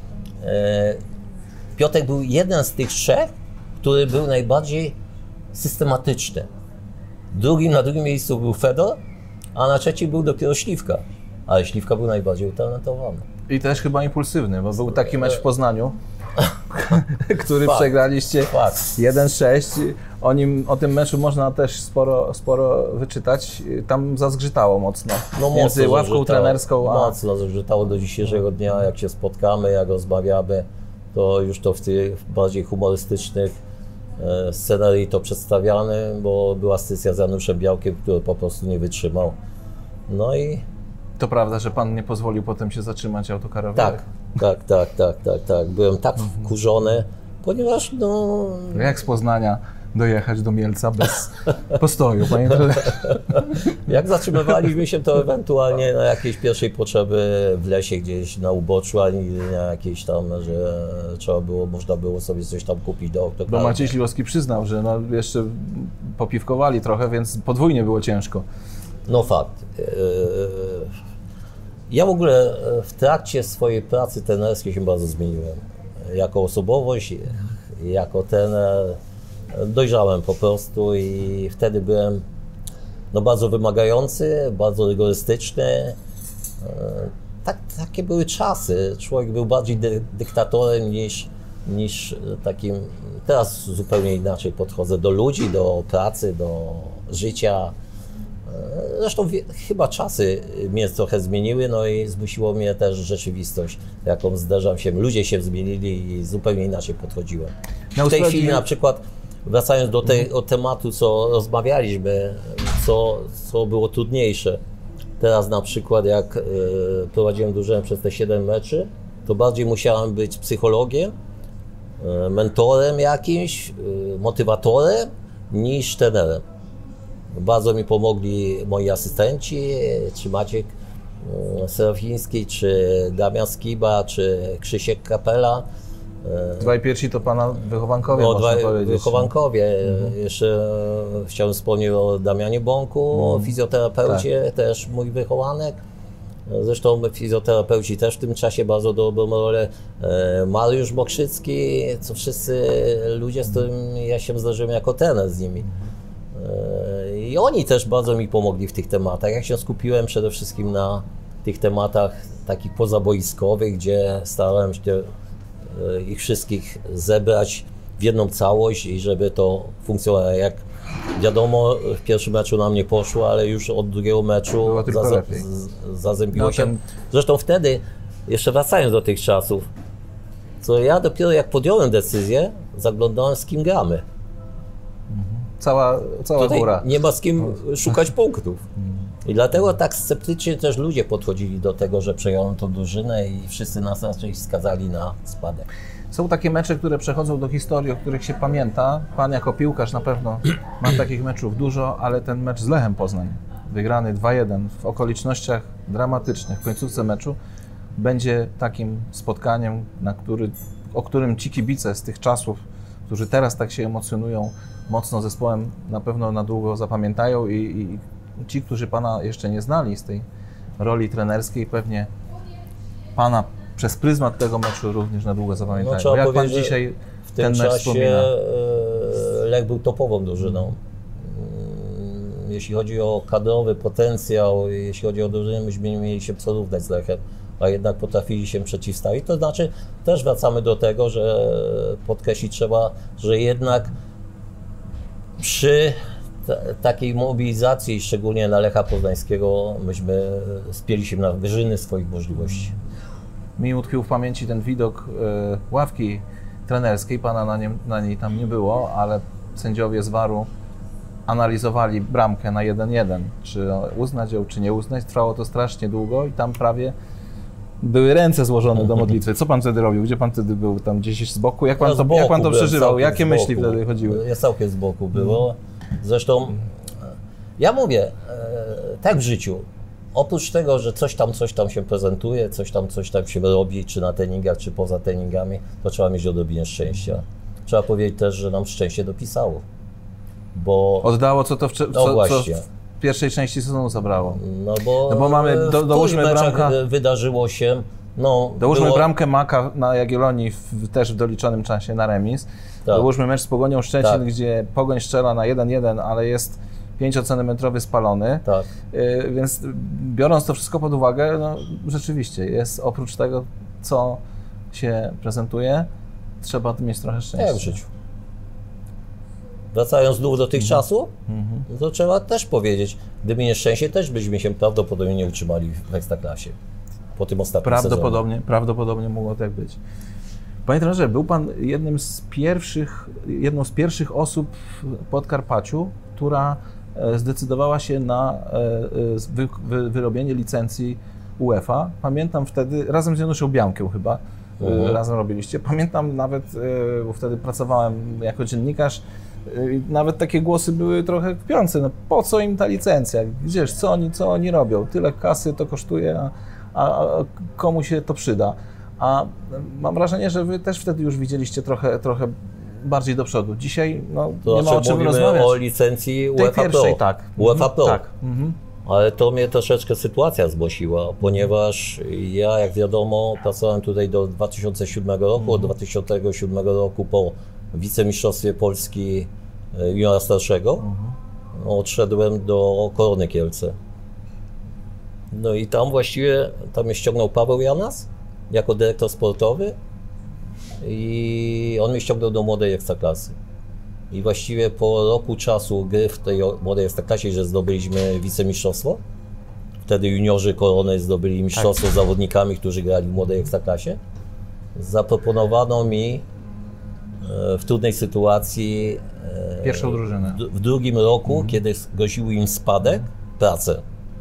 Piotr był jeden z tych trzech, który był najbardziej systematyczny. Drugim, na drugim miejscu był Fedor, a na trzecim był dopiero Śliwka. Ale Śliwka był najbardziej utalentowany. I też chyba impulsywny, bo był taki mecz w Poznaniu, który Fakt. przegraliście Fakt. jeden sześć. O nim, o tym meczu można też sporo, sporo wyczytać. Tam zazgrzytało mocno. No Między mocno ławką zgrzytało, trenerską a... Mocno zgrzytało do dzisiejszego dnia, jak się spotkamy, jak rozmawiamy, to już to w tych bardziej humorystycznych e, scenarii to przedstawiamy, bo była sesja z Januszem Białkiem, który po prostu nie wytrzymał. No i To prawda, że pan nie pozwolił potem się zatrzymać autokarowi? tak, tak, tak, tak, tak, tak. Byłem tak wkurzony, ponieważ no... Jak z Poznania dojechać do Mielca bez postoju, panie trenerze? Jak zatrzymywaliśmy się, to ewentualnie na jakiejś pierwszej potrzeby w lesie gdzieś na uboczu, a nie na jakieś tam, że trzeba było, można było sobie coś tam kupić do Bo autokaru. Maciej Śliwowski przyznał, że no jeszcze popiwkowali trochę, więc podwójnie było ciężko. No fakt. Ja w ogóle w trakcie swojej pracy trenerskiej się bardzo zmieniłem. Jako osobowość, jako trener dojrzałem po prostu i wtedy byłem no, bardzo wymagający, bardzo rygorystyczny. Tak, takie były czasy. Człowiek był bardziej dy, dyktatorem niż, niż takim... Teraz zupełnie inaczej podchodzę do ludzi, do pracy, do życia. Zresztą wie, chyba czasy mnie trochę zmieniły, no i zmusiło mnie też rzeczywistość, jaką zderzam się. Ludzie się zmienili i zupełnie inaczej podchodziłem. W tej chwili na przykład, wracając do tego tematu, co rozmawialiśmy, co, co było trudniejsze. Teraz na przykład jak y, prowadziłem drużynę przez te siedem meczy, to bardziej musiałem być psychologiem, y, mentorem jakimś, y, motywatorem niż trenerem. Bardzo mi pomogli moi asystenci, czy Maciek Serafiński, czy Damian Skiba, czy Krzysiek Kapela. Dwaj pierwsi to pana wychowankowie, no, można dwaj powiedzieć. Wychowankowie. Mhm. Jeszcze chciałem wspomnieć o Damianie Bąku, mhm. o fizjoterapeucie, tak. Też mój wychowanek. Zresztą fizjoterapeuci też w tym czasie bardzo dobrą rolę. Mariusz Bokrzycki, co wszyscy ludzie, z którymi ja się zdarzyłem jako trener z nimi. I oni też bardzo mi pomogli w tych tematach. Ja się skupiłem przede wszystkim na tych tematach takich pozaboiskowych, gdzie starałem się ich wszystkich zebrać w jedną całość i żeby to funkcjonowało. Jak wiadomo, w pierwszym meczu nam nie poszło, ale już od drugiego meczu za, zazębiło no, się. Ten... Zresztą wtedy, jeszcze wracając do tych czasów, to ja dopiero jak podjąłem decyzję, zaglądałem, z kim gramy. Cała, cała Tutaj góra. Nie ma z kim szukać punktów. I dlatego tak sceptycznie też ludzie podchodzili do tego, że przejąłem tą drużynę i wszyscy nas raczej skazali na spadek. Są takie mecze, które przechodzą do historii, o których się pamięta. Pan jako piłkarz na pewno ma takich meczów dużo, ale ten mecz z Lechem Poznań, wygrany dwa jeden w okolicznościach dramatycznych, w końcówce meczu, będzie takim spotkaniem, na który, o którym ci kibice z tych czasów, którzy teraz tak się emocjonują mocno zespołem, na pewno na długo zapamiętają i, i ci, którzy pana jeszcze nie znali z tej roli trenerskiej, pewnie pana przez pryzmat tego meczu również na długo zapamiętają. No, jak pan dzisiaj w tym ten mecz czasie wspomina? Lech był topową drużyną. Jeśli chodzi o kadrowy potencjał, jeśli chodzi o drużynę, myśmy nie mieli się co równać z Lechem, a jednak potrafili się przeciwstawić. To znaczy też wracamy do tego, że podkreślić trzeba, że jednak przy t- takiej mobilizacji, szczególnie na Lecha Poznańskiego, myśmy spięli się na wyżyny swoich możliwości. Mi utkwił w pamięci ten widok y, ławki trenerskiej, pana na, nie, na niej tam nie było, ale sędziowie z waru analizowali bramkę na jeden jeden, czy uznać ją, czy nie uznać. Trwało to strasznie długo i tam prawie były ręce złożone do modlitwy. Co pan wtedy robił? Gdzie pan wtedy był? Tam gdzieś z boku? Jak pan ja to, boku jak pan to przeżywał? Jakie myśli myśli wtedy chodziły? Ja całkiem z boku było. Zresztą ja mówię, tak w życiu, oprócz tego, że coś tam, coś tam się prezentuje, coś tam, coś tam się robi, czy na treningach, czy poza treningami, to trzeba mieć odrobinę szczęścia. Trzeba powiedzieć też, że nam szczęście dopisało. Bo oddało, co to w, co, no co w pierwszej części sezonu zabrało. No bo, no bo mamy, do, dołóżmy bramkę, wydarzyło się, no dołóżmy było... bramkę Maka na Jagiellonii w, też w doliczonym czasie na remis. Tak. Dołóżmy mecz z Pogonią Szczecin, tak. gdzie Pogoń strzela na jeden jeden, ale jest pięciocentimetrowy spalony. Tak. Y, więc biorąc to wszystko pod uwagę, no rzeczywiście jest oprócz tego, co się prezentuje, trzeba mieć trochę szczęścia. Jak w życiu. Wracając znów do tych mm. czasów, mm-hmm. to trzeba też powiedzieć, gdyby nie szczęście, też byśmy się prawdopodobnie nie utrzymali w Ekstraklasie po tym ostatnim prawdopodobnie, sezonie. Prawdopodobnie mogło tak być. Panie trenerze, był pan jednym z pierwszych, jedną z pierwszych osób w Podkarpaciu, która zdecydowała się na wy, wy, wyrobienie licencji UEFA. Pamiętam wtedy, razem z Januszem Białkiem chyba, uh-huh. razem robiliście. Pamiętam nawet, bo wtedy pracowałem jako dziennikarz, nawet takie głosy były trochę kpiące. No po co im ta licencja? Gdzież, co oni, co oni robią? Tyle kasy to kosztuje, a, a komu się to przyda? A mam wrażenie, że wy też wtedy już widzieliście trochę, trochę bardziej do przodu. Dzisiaj no, to nie ma o czym mówimy rozmawiać. O licencji Tej UEFA pierwszej, Pro. tak. UEFA Pro. Tak. Mhm. Ale to mnie troszeczkę sytuacja zgłosiła, ponieważ ja, jak wiadomo, pracowałem tutaj do dwa tysiące siódmego roku. Mhm. Od dwa tysiące siódmego roku po wicemistrzostwie Polski juniora starszego mhm. odszedłem do Korony Kielce. No i tam właściwie tam mnie ściągnął Paweł Janas jako dyrektor sportowy i on mnie ściągnął do młodej Ekstraklasy. i właściwie po roku czasu gry w tej młodej ekstraklasie, że zdobyliśmy wicemistrzostwo. Wtedy juniorzy Korony zdobyli mistrzostwo z tak. zawodnikami, którzy grali w młodej ekstraklasie. Zaproponowano mi w trudnej sytuacji pierwszą drużynę. W, w drugim roku, mhm. kiedy groził im spadek, pracę.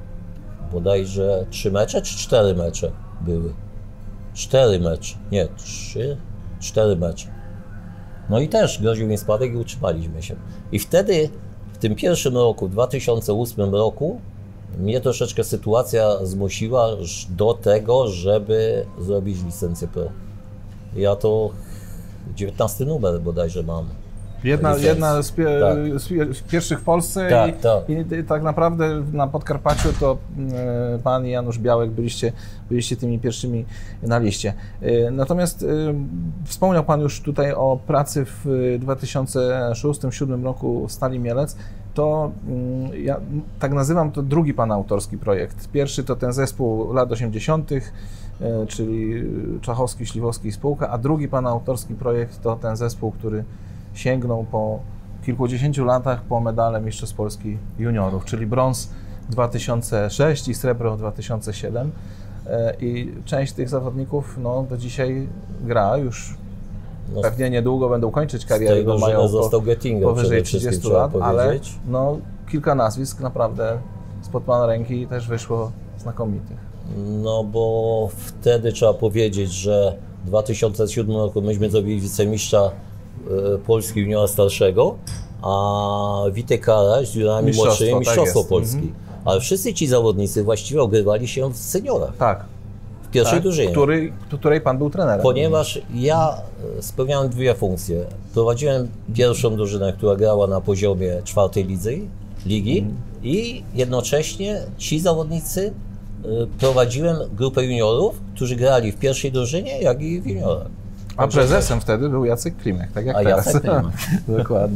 Bodajże trzy mecze czy cztery mecze były? Cztery mecze, nie, trzy, cztery mecze. No i też groził im spadek i utrzymaliśmy się. I wtedy, w tym pierwszym roku, w dwa tysiące ósmym roku, mnie troszeczkę sytuacja zmusiła do tego, żeby zrobić licencję pro. Ja to dziewiętnasty numer bodajże mam. Jedna, jedna z, pie, tak. z pierwszych w Polsce tak, i, tak. i, i tak naprawdę na Podkarpaciu to y, pan i Janusz Białek byliście, byliście tymi pierwszymi na liście. Y, natomiast y, wspomniał pan już tutaj o pracy w dwa tysiące szóstym dwa tysiące siódmym roku w Stali Mielec. To y, ja tak nazywam to drugi pana autorski projekt. Pierwszy to ten zespół lat osiemdziesiątych, y, czyli Czachowski, Śliwowski i spółka, a drugi pana autorski projekt to ten zespół, który sięgnął po kilkudziesięciu latach po medale Mistrzostw Polski juniorów, czyli brąz dwa tysiące szósty i srebro dwa tysiące siódmy. I część z tych zawodników no, do dzisiaj gra, już no, pewnie niedługo będą kończyć karierę, bo mają po, powyżej trzydziestu lat, ale no, kilka nazwisk naprawdę spod pana ręki też wyszło znakomitych. No bo wtedy trzeba powiedzieć, że w dwa tysiące siódmym roku myśmy zrobili wicemistrza Polski juniora starszego, a Witek Karaś z juniorami młodszymi mistrzostwo tak Polski. Mm-hmm. Ale wszyscy ci zawodnicy właściwie ogrywali się w seniorach. Tak. W pierwszej tak, drużynie. Który, której pan był trenerem. Ponieważ ja spełniałem dwie funkcje. Prowadziłem pierwszą drużynę, która grała na poziomie czwartej lidzy, ligi mm. i jednocześnie ci zawodnicy prowadziłem grupę juniorów, którzy grali w pierwszej drużynie, jak i w juniorach. A prezesem wtedy był Jacek Klimek, tak jak A teraz. Jacek Klimek. Dokładnie.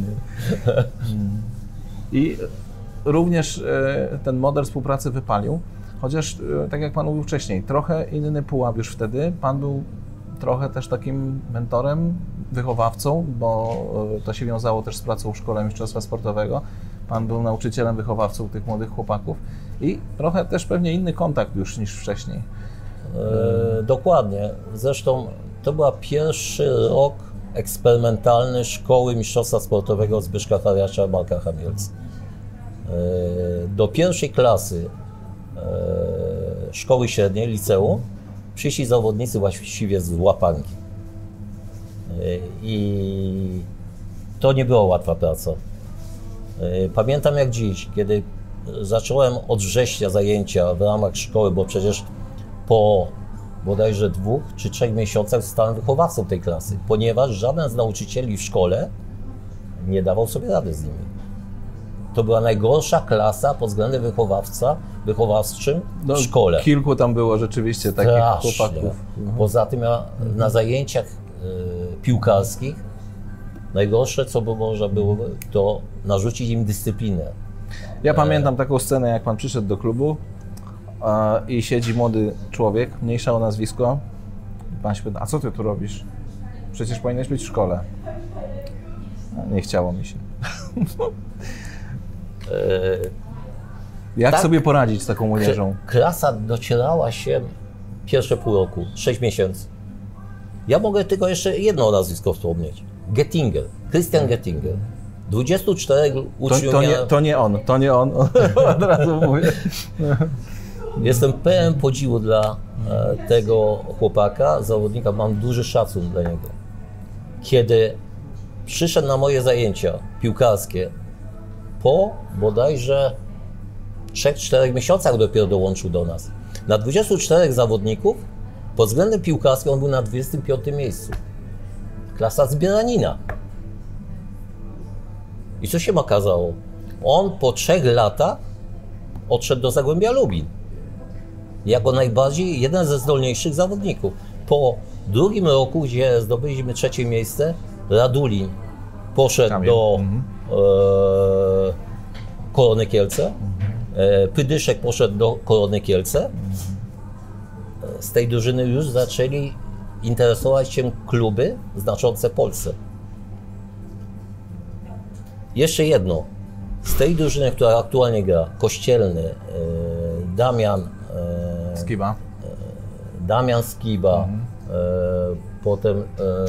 I również ten model współpracy wypalił, chociaż tak jak pan mówił wcześniej, trochę inny pułap już wtedy. Pan był trochę też takim mentorem, wychowawcą, bo to się wiązało też z pracą w Szkole Mistrzostwa Sportowego. Pan był nauczycielem, wychowawcą tych młodych chłopaków i trochę też pewnie inny kontakt już niż wcześniej. E, dokładnie. Zresztą to był pierwszy rok eksperymentalny Szkoły Mistrzostwa Sportowego Zbyszka Hariacza, Marka Hamielca. Do pierwszej klasy szkoły średniej, liceum, przyszli zawodnicy właściwie z łapanki. I to nie była łatwa praca. Pamiętam jak dziś, kiedy zacząłem od września zajęcia w ramach szkoły, bo przecież po bodajże dwóch czy trzech miesiącach zostałem wychowawcą tej klasy, ponieważ żaden z nauczycieli w szkole nie dawał sobie rady z nimi. To była najgorsza klasa pod względem wychowawca, wychowawczym w no, szkole. Kilku tam było rzeczywiście takich Strasznie. chłopaków. Poza tym ja mhm. na zajęciach y, piłkarskich najgorsze, co by można było, to narzucić im dyscyplinę. Ja pamiętam taką scenę, jak pan przyszedł do klubu a, i siedzi młody człowiek, mniejsza o nazwisko. Pan się pyta, a co ty tu robisz? Przecież powinieneś być w szkole. A, nie chciało mi się. Jak tak, sobie poradzić z taką młodzieżą? Klasa docierała się pierwsze pół roku, sześć miesięcy. Ja mogę tylko jeszcze jedno nazwisko wspomnieć. Gettinger, Christian Gettinger. dwudziestu czterech uczniów. To, to, nie, to nie on, to nie on, od razu mówię. Jestem pełen podziwu dla tego chłopaka, zawodnika, mam duży szacun dla niego. Kiedy przyszedł na moje zajęcia piłkarskie, po bodajże trzech czterech miesiącach dopiero dołączył do nas. Na dwudziestu czterech zawodników pod względem piłkarskim on był na dwudziestym piątym miejscu. Klasa zbieranina. I co się okazało? On po trzech latach odszedł do Zagłębia Lubin. Jako najbardziej jeden ze zdolniejszych zawodników. Po drugim roku, gdzie zdobyliśmy trzecie miejsce, Radulin poszedł Kamil. do mhm. e, Korony Kielce. E, Pydyszek poszedł do Korony Kielce. Z tej drużyny już zaczęli interesować się kluby znaczące Polsce. Jeszcze jedno. Z tej drużyny, która aktualnie gra, Kościelny, e, Damian e, Skiba. Damian Skiba, mhm. e, potem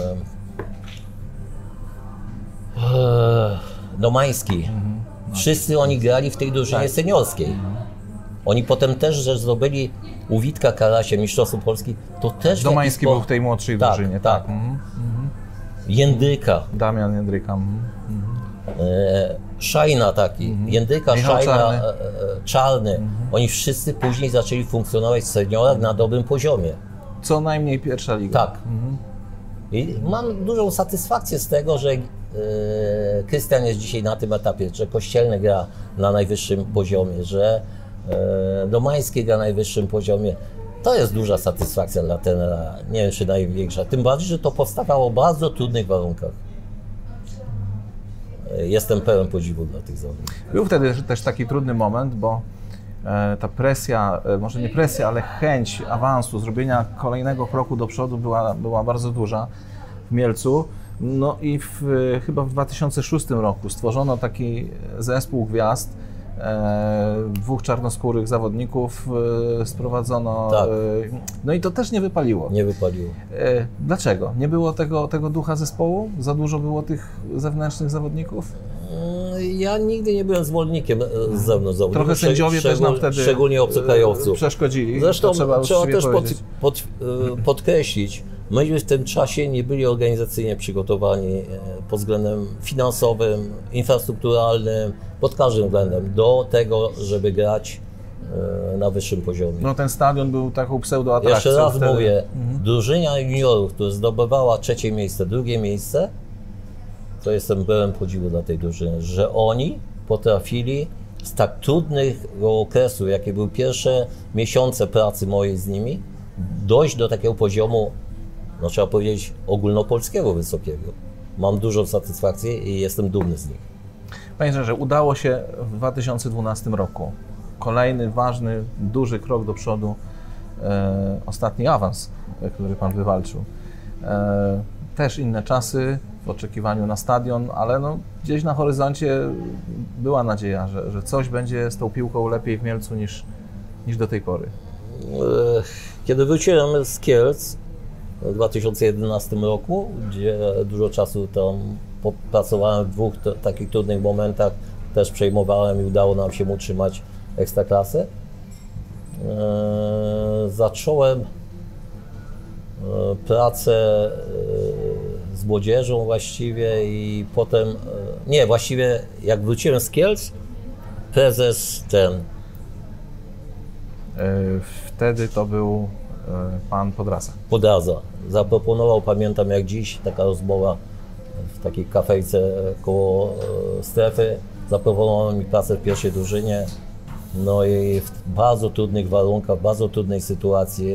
e, e, Domański. Mhm. Wszyscy oni grali w tej drużynie tak. seniorskiej. Mhm. Oni potem też, że zdobyli u Witka Karasia Mistrzostwo Polski, to też... Domański po... był w tej młodszej tak, drużynie. Tak, tak. Mhm. Jędryka. Damian Jędryka. Mhm. E, Szajna taki, mhm. Jędryka, Michał Szajna, Czarny. E, Czarny. Mhm. Oni wszyscy później zaczęli funkcjonować w seniorach na dobrym poziomie. Co najmniej pierwsza liga. Tak. Mhm. I mam dużą satysfakcję z tego, że Krystian jest dzisiaj na tym etapie, że Kościelny gra na najwyższym poziomie, że e, Domański gra na najwyższym poziomie. To jest duża satysfakcja dla trenera, nie wiem czy największa. Tym bardziej, że to powstawało w bardzo trudnych warunkach. Jestem pełen podziwu dla tych zawodników. Był wtedy też taki trudny moment, bo e, ta presja, e, może nie presja, ale chęć awansu, zrobienia kolejnego kroku do przodu była, była bardzo duża w Mielcu. No i w, chyba w dwa tysiące szóstym roku stworzono taki zespół gwiazd, e, dwóch czarnoskórych zawodników e, sprowadzono, tak. e, no i to też nie wypaliło. Nie wypaliło. E, dlaczego? Nie było tego, tego ducha zespołu? Za dużo było tych zewnętrznych zawodników? Ja nigdy nie byłem zwolennikiem z zewnątrz zawodników. Trochę sędziowie też nam wtedy szczególnie obcokrajowców przeszkodzili. Zresztą trzeba, trzeba też pod, pod, podkreślić, myśmy w tym czasie nie byli organizacyjnie przygotowani pod względem finansowym, infrastrukturalnym, pod każdym względem do tego, żeby grać na wyższym poziomie. No ten stadion był taką pseudoatrakcją. Jeszcze raz wtedy. mówię, mhm. drużyna juniorów, która zdobywała trzecie miejsce, drugie miejsce, to jestem pełen podziwu dla tej drużyny, że oni potrafili z tak trudnego okresu, jakie były pierwsze miesiące pracy mojej z nimi, dojść do takiego poziomu, no trzeba powiedzieć, ogólnopolskiego wysokiego. Mam dużą satysfakcję i jestem dumny z nich. Panie Jerzy, udało się w dwa tysiące dwunastym roku. Kolejny ważny, duży krok do przodu. E, ostatni awans, który Pan wywalczył. E, też inne czasy w oczekiwaniu na stadion, ale no, gdzieś na horyzoncie była nadzieja, że, że coś będzie z tą piłką lepiej w Mielcu niż, niż do tej pory. Kiedy wróciłem z Kielc w dwa tysiące jedenastym roku, gdzie dużo czasu tam pracowałem w dwóch t- takich trudnych momentach, też przejmowałem i udało nam się utrzymać Ekstraklasę. Eee, zacząłem e, pracę e, z młodzieżą właściwie i potem, e, nie, właściwie jak wróciłem z Kielc, prezes ten. E, wtedy to był e, pan Podraza. Podraza. Zaproponował, pamiętam jak dziś, taka rozmowa w takiej kafejce koło e, strefy, zaproponował mi pracę w pierwszej drużynie. No i w bardzo trudnych warunkach, w bardzo trudnej sytuacji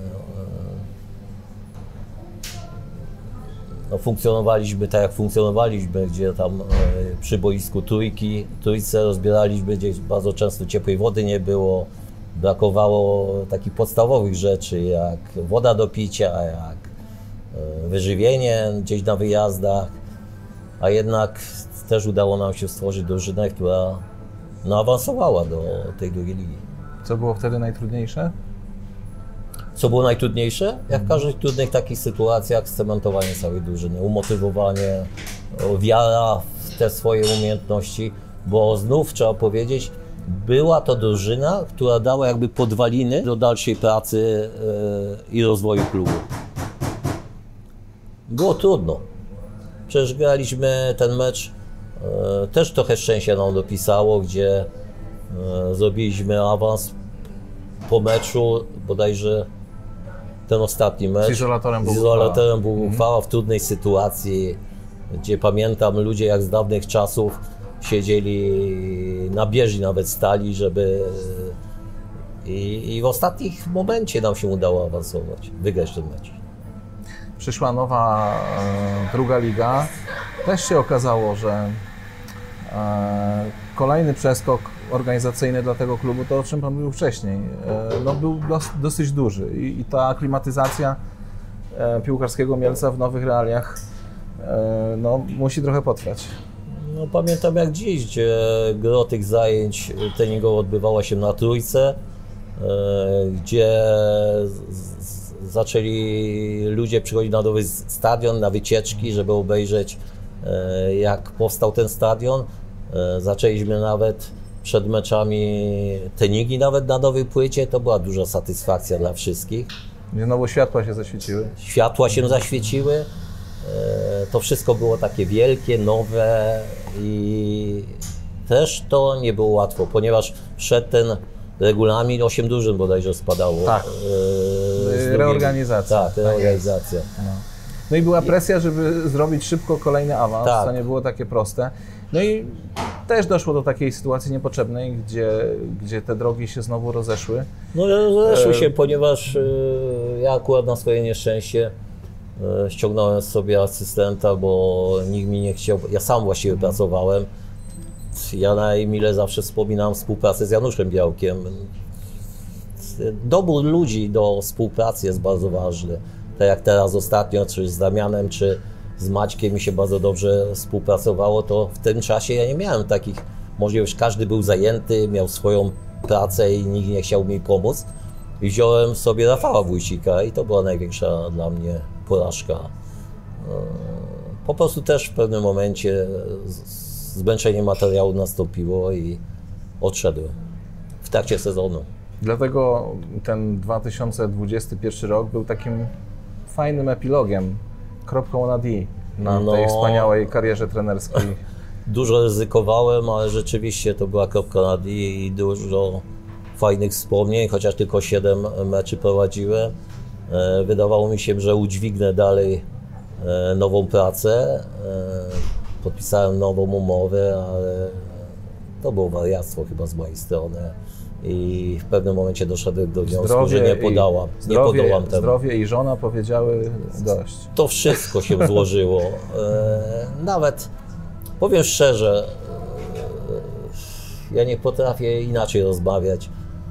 no, funkcjonowaliśmy tak jak funkcjonowaliśmy, gdzie tam przy boisku trójki, trójce rozbieraliśmy, gdzie bardzo często ciepłej wody nie było, brakowało takich podstawowych rzeczy jak woda do picia, jak wyżywienie gdzieś na wyjazdach, a jednak też udało nam się stworzyć drużynę, która no, awansowała do tej drugiej ligi. Co było wtedy najtrudniejsze? Co było najtrudniejsze? Jak w każdych trudnych takich sytuacjach, scementowanie całej drużyny, umotywowanie, wiara w te swoje umiejętności, bo znów trzeba powiedzieć, była to drużyna, która dała jakby podwaliny do dalszej pracy yy, i rozwoju klubu. Było trudno. Przecież graliśmy ten mecz, yy, też trochę szczęścia nam dopisało, gdzie yy, zrobiliśmy awans po meczu, bodajże ten ostatni mecz. Z izolatorem był Z izolatorem był uchwała w trudnej sytuacji, gdzie pamiętam ludzie jak z dawnych czasów siedzieli na bieżni, nawet stali, żeby i, i w ostatnich momencie nam się udało awansować, wygrać ten mecz. Przyszła nowa e, druga liga. Też się okazało, że e, kolejny przeskok organizacyjny dla tego klubu, to o czym Pan mówił wcześniej, e, no, był dos, dosyć duży i, i ta aklimatyzacja e, piłkarskiego Mielca w nowych realiach e, no, musi trochę potrwać. No, pamiętam jak dziś, gdzie gro tych zajęć treningowo odbywała się na Trójce, gdzie z, z, zaczęli ludzie przychodzić na nowy stadion, na wycieczki, żeby obejrzeć, jak powstał ten stadion. Zaczęliśmy nawet przed meczami treningi nawet na nowej płycie, to była duża satysfakcja dla wszystkich. Znowu światła się zaświeciły. Światła się zaświeciły. To wszystko było takie wielkie, nowe i też to nie było łatwo, ponieważ wszedł ten regulamin, osiem drużyn bodajże spadało. Tak, e, reorganizacja. Tak, reorganizacja. No. no i była presja, żeby zrobić szybko kolejny awans, tak. To nie było takie proste. No i też doszło do takiej sytuacji niepotrzebnej, gdzie, gdzie te drogi się znowu rozeszły. No rozeszły się, ponieważ ja akurat na swoje nieszczęście ściągnąłem sobie asystenta, bo nikt mi nie chciał, ja sam właściwie pracowałem. Ja najmile zawsze wspominam współpracę z Januszem Białkiem. Dobór ludzi do współpracy jest bardzo ważny. Tak jak teraz ostatnio, czy z Damianem, czy z Maćkiem mi się bardzo dobrze współpracowało, to w tym czasie ja nie miałem takich możliwości. Każdy był zajęty, miał swoją pracę i nikt nie chciał mi pomóc. I wziąłem sobie Rafała Wójcika i to była największa dla mnie porażka. Po prostu też w pewnym momencie zmęczenie materiału nastąpiło i odszedłem w trakcie sezonu. Dlatego ten dwa tysiące dwudziesty pierwszy rok był takim fajnym epilogiem, kropką na D na no, tej wspaniałej karierze trenerskiej. Dużo ryzykowałem, ale rzeczywiście to była kropka na D i dużo fajnych wspomnień, chociaż tylko siedem meczy prowadziłem. Wydawało mi się, że udźwignę dalej nową pracę. Podpisałem nową umowę, ale to było wariactwo chyba z mojej strony. I w pewnym momencie doszedłem do wniosku, zdrowie że nie podałam, i, zdrowie, nie podołam temu. Zdrowie i żona powiedziały dość. To wszystko się złożyło. Nawet, powiem szczerze, ja nie potrafię inaczej rozmawiać.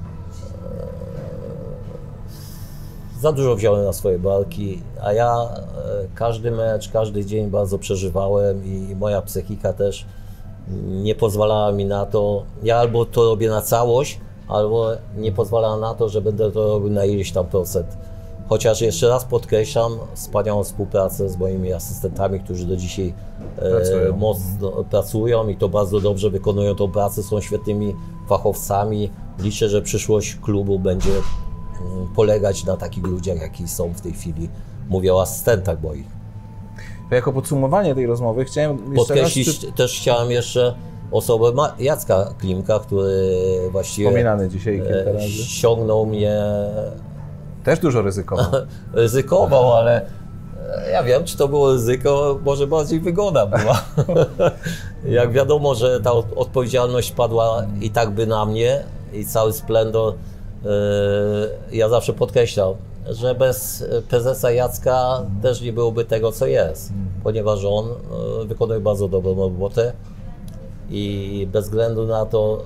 Za dużo wziąłem na swoje barki, a ja każdy mecz, każdy dzień bardzo przeżywałem i moja psychika też nie pozwalała mi na to. Ja albo to robię na całość, albo nie pozwalała na to, że będę to robił na ileś tam procent. Chociaż jeszcze raz podkreślam wspaniałą współpracę z moimi asystentami, którzy do dzisiaj pracują. E, mocno pracują i to bardzo dobrze wykonują tą pracę, są świetnymi fachowcami. Liczę, że przyszłość klubu będzie polegać na takich ludziach, jaki są w tej chwili. Mówię o asystentach moich. To jako podsumowanie tej rozmowy chciałem podkreślić, raz, czy... też chciałem jeszcze osobę Jacka Klimka, który właściwie wspominany dzisiaj kilka razy. Ściągnął mnie. Też dużo ryzykował. Ryzykował, ale ja wiem, czy to było ryzyko, może bardziej wygoda była. Jak wiadomo, że ta odpowiedzialność padła i tak by na mnie i cały splendor. Ja zawsze podkreślam, że bez prezesa Jacka też nie byłoby tego, co jest, ponieważ on wykonuje bardzo dobrą robotę i bez względu na to,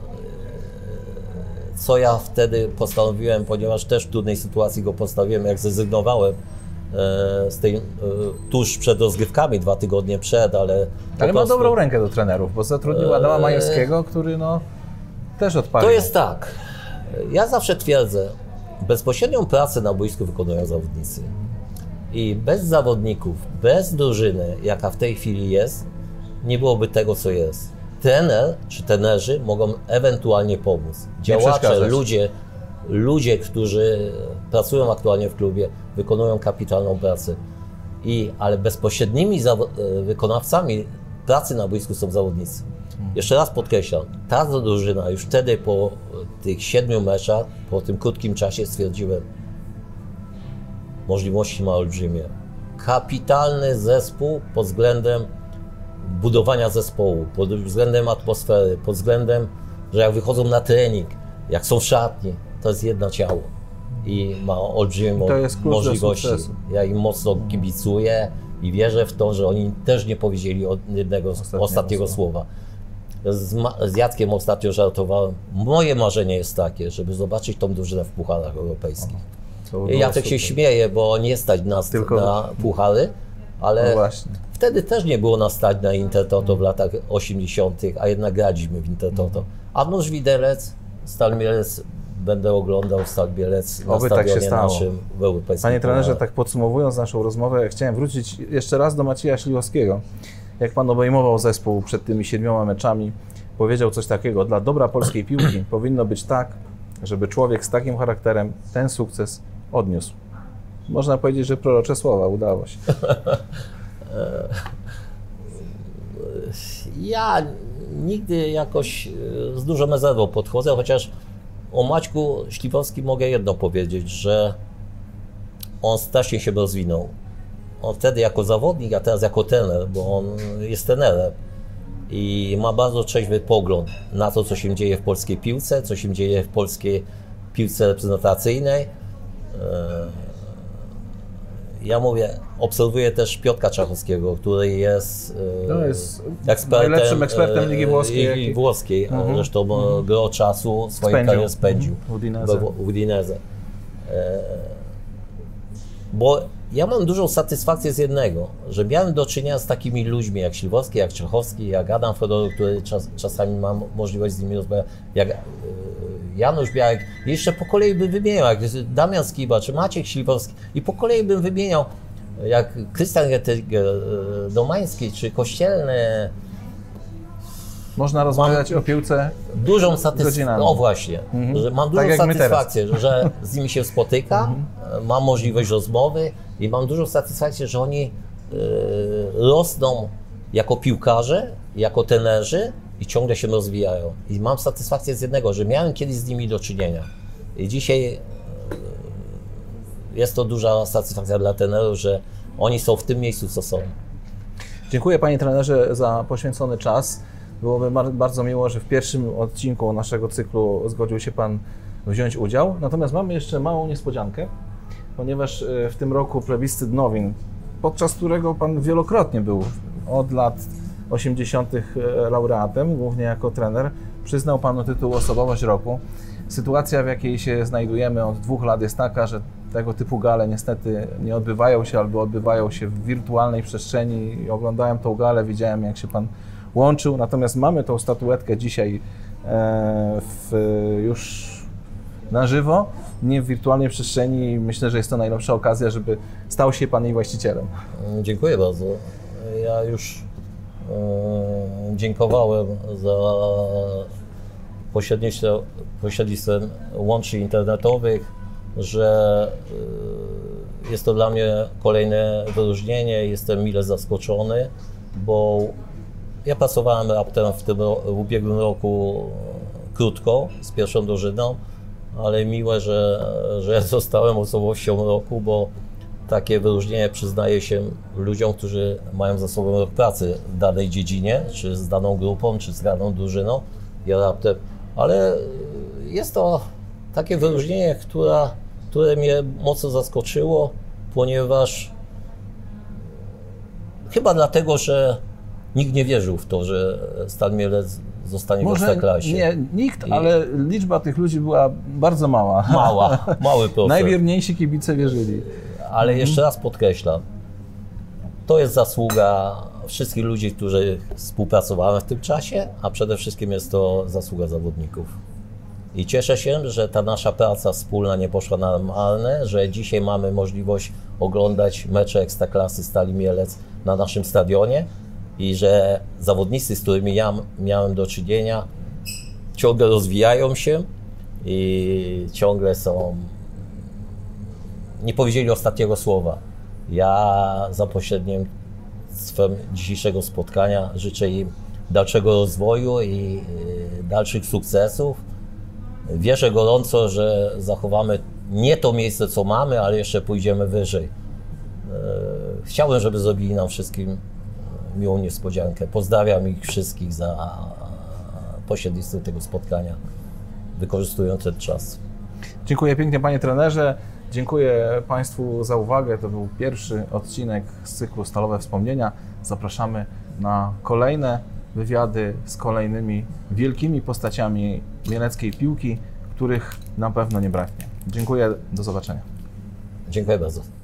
co ja wtedy postanowiłem, ponieważ też w trudnej sytuacji go postawiłem, jak zrezygnowałem z tej, tuż przed rozgrywkami, dwa tygodnie przed, ale... Ale ma prostu... dobrą rękę do trenerów, bo zatrudnił Adama Majewskiego, który no też odpalił. To jest tak. Ja zawsze twierdzę, bezpośrednią pracę na boisku wykonują zawodnicy. I bez zawodników, bez drużyny, jaka w tej chwili jest, nie byłoby tego, co jest. Trener czy trenerzy mogą ewentualnie pomóc. Działacze, ludzie, ludzie, którzy pracują aktualnie w klubie, wykonują kapitalną pracę. I, ale bezpośrednimi wykonawcami pracy na boisku są zawodnicy. Jeszcze raz podkreślam, ta drużyna już wtedy po tych siedmiu meczach, po tym krótkim czasie stwierdziłem, możliwości ma olbrzymie. Kapitalny zespół pod względem budowania zespołu, pod względem atmosfery, pod względem, że jak wychodzą na trening, jak są w szatni, to jest jedno ciało i ma olbrzymie możliwości. Ja im mocno kibicuję i wierzę w to, że oni też nie powiedzieli jednego ostatniego, ostatniego słowa. Z, z Jackiem ostatnio żartowałem. Moje marzenie jest takie, żeby zobaczyć tą drużynę w pucharach europejskich. I Jacek się śmieje, bo nie stać nas Tylko... na puchary, ale no wtedy też nie było nas stać na Intertoto w latach osiemdziesiątych, a jednak graliśmy w Intertoto. A Nóż Widelec, Stal Mielec, będę oglądał Stal Mielec na Oby tak stadionie się stało. naszym w europejskim. Panie trenerze, turnieju. tak podsumowując naszą rozmowę, chciałem wrócić jeszcze raz do Macieja Śliwowskiego. Jak pan obejmował zespół przed tymi siedmioma meczami, powiedział coś takiego: dla dobra polskiej piłki powinno być tak, żeby człowiek z takim charakterem ten sukces odniósł. Można powiedzieć, że prorocze słowa, udało się. Ja nigdy jakoś z dużą rezerwą podchodzę, chociaż o Maćku Śliwowskim mogę jedno powiedzieć, że on strasznie się rozwinął. On wtedy jako zawodnik, a teraz jako trener, bo on jest trenerem i ma bardzo trzeźwy pogląd na to, co się dzieje w polskiej piłce, co się dzieje w polskiej piłce reprezentacyjnej. Ja mówię, obserwuję też Piotra Czachowskiego, który jest, No jest ekspertem, najlepszym ekspertem Ligi Włoskiej. Ligi Włoskiej. Mhm. Zresztą mhm. gro czasu swojej Spędził. kariery spędził w Udinese. w Udinese. Bo ja mam dużą satysfakcję z jednego, że miałem do czynienia z takimi ludźmi jak Śliwowski, jak Czachowski, jak Adam Fedoruk, który czas, czasami mam możliwość z nimi rozmawiać, jak e, Janusz Białek. Jeszcze po kolei bym wymieniał, jak Damian Skiba czy Maciek Śliwowski, i po kolei bym wymieniał, jak Krystian Gettiger, Domański czy Kościelny. Można rozmawiać o piłce Dużą satysfakcję, o właśnie, Mhm. że mam dużą Tak jak my satysfakcję, że z nimi się spotykam, mam możliwość rozmowy i mam dużą satysfakcję, że oni y, rosną jako piłkarze, jako trenerzy i ciągle się rozwijają. I mam satysfakcję z jednego, że miałem kiedyś z nimi do czynienia. I dzisiaj y, jest to duża satysfakcja dla trenerów, że oni są w tym miejscu, co są. Dziękuję panie trenerze za poświęcony czas. Byłoby bardzo miło, że w pierwszym odcinku naszego cyklu zgodził się pan wziąć udział. Natomiast mamy jeszcze małą niespodziankę, ponieważ w tym roku plebiscyt nowin, podczas którego pan wielokrotnie był od lat osiemdziesiątych laureatem, głównie jako trener, przyznał panu tytuł Osobowość Roku. Sytuacja, w jakiej się znajdujemy od dwóch lat, jest taka, że tego typu gale niestety nie odbywają się albo odbywają się w wirtualnej przestrzeni. Oglądałem tą galę, widziałem, jak się pan łączył, natomiast mamy tą statuetkę dzisiaj e, w, już na żywo, nie w wirtualnej przestrzeni, i myślę, że jest to najlepsza okazja, żeby stał się pan jej właścicielem. Dziękuję bardzo. Ja już e, dziękowałem za pośrednictwo, pośrednictwem łączy internetowych, że e, jest to dla mnie kolejne wyróżnienie. Jestem mile zaskoczony, bo ja pracowałem raptem w tym w ubiegłym roku krótko z pierwszą drużyną, ale miłe, że, że ja zostałem osobowością roku, bo takie wyróżnienie przyznaje się ludziom, którzy mają za sobą rok pracy w danej dziedzinie, czy z daną grupą, czy z daną drużyną. Ja raptem, ale jest to takie wyróżnienie, która, które mnie mocno zaskoczyło, ponieważ chyba dlatego, że nikt nie wierzył w to, że Stal Mielec zostanie w Ekstraklasie. Nie, nikt, I... ale liczba tych ludzi była bardzo mała. Mała, mały procent. Najwierniejsi kibice wierzyli. Ale mhm. jeszcze raz podkreślam, to jest zasługa wszystkich ludzi, którzy współpracowałem w tym czasie, a przede wszystkim jest to zasługa zawodników. I cieszę się, że ta nasza praca wspólna nie poszła na marne, że dzisiaj mamy możliwość oglądać mecze Ekstraklasy Stali Mielec na naszym stadionie i że zawodnicy, z którymi ja miałem do czynienia, ciągle rozwijają się i ciągle są... Nie powiedzieli ostatniego słowa. Ja za pośrednictwem dzisiejszego spotkania życzę im dalszego rozwoju i dalszych sukcesów. Wierzę gorąco, że zachowamy nie to miejsce, co mamy, ale jeszcze pójdziemy wyżej. Chciałbym, żeby zrobili nam wszystkim miłą niespodziankę. Pozdrawiam ich wszystkich za pośrednictwem tego spotkania, wykorzystując ten czas. Dziękuję pięknie panie trenerze. Dziękuję państwu za uwagę. To był pierwszy odcinek z cyklu Stalowe Wspomnienia. Zapraszamy na kolejne wywiady z kolejnymi wielkimi postaciami mieleckiej piłki, których na pewno nie braknie. Dziękuję, do zobaczenia. Dziękuję bardzo.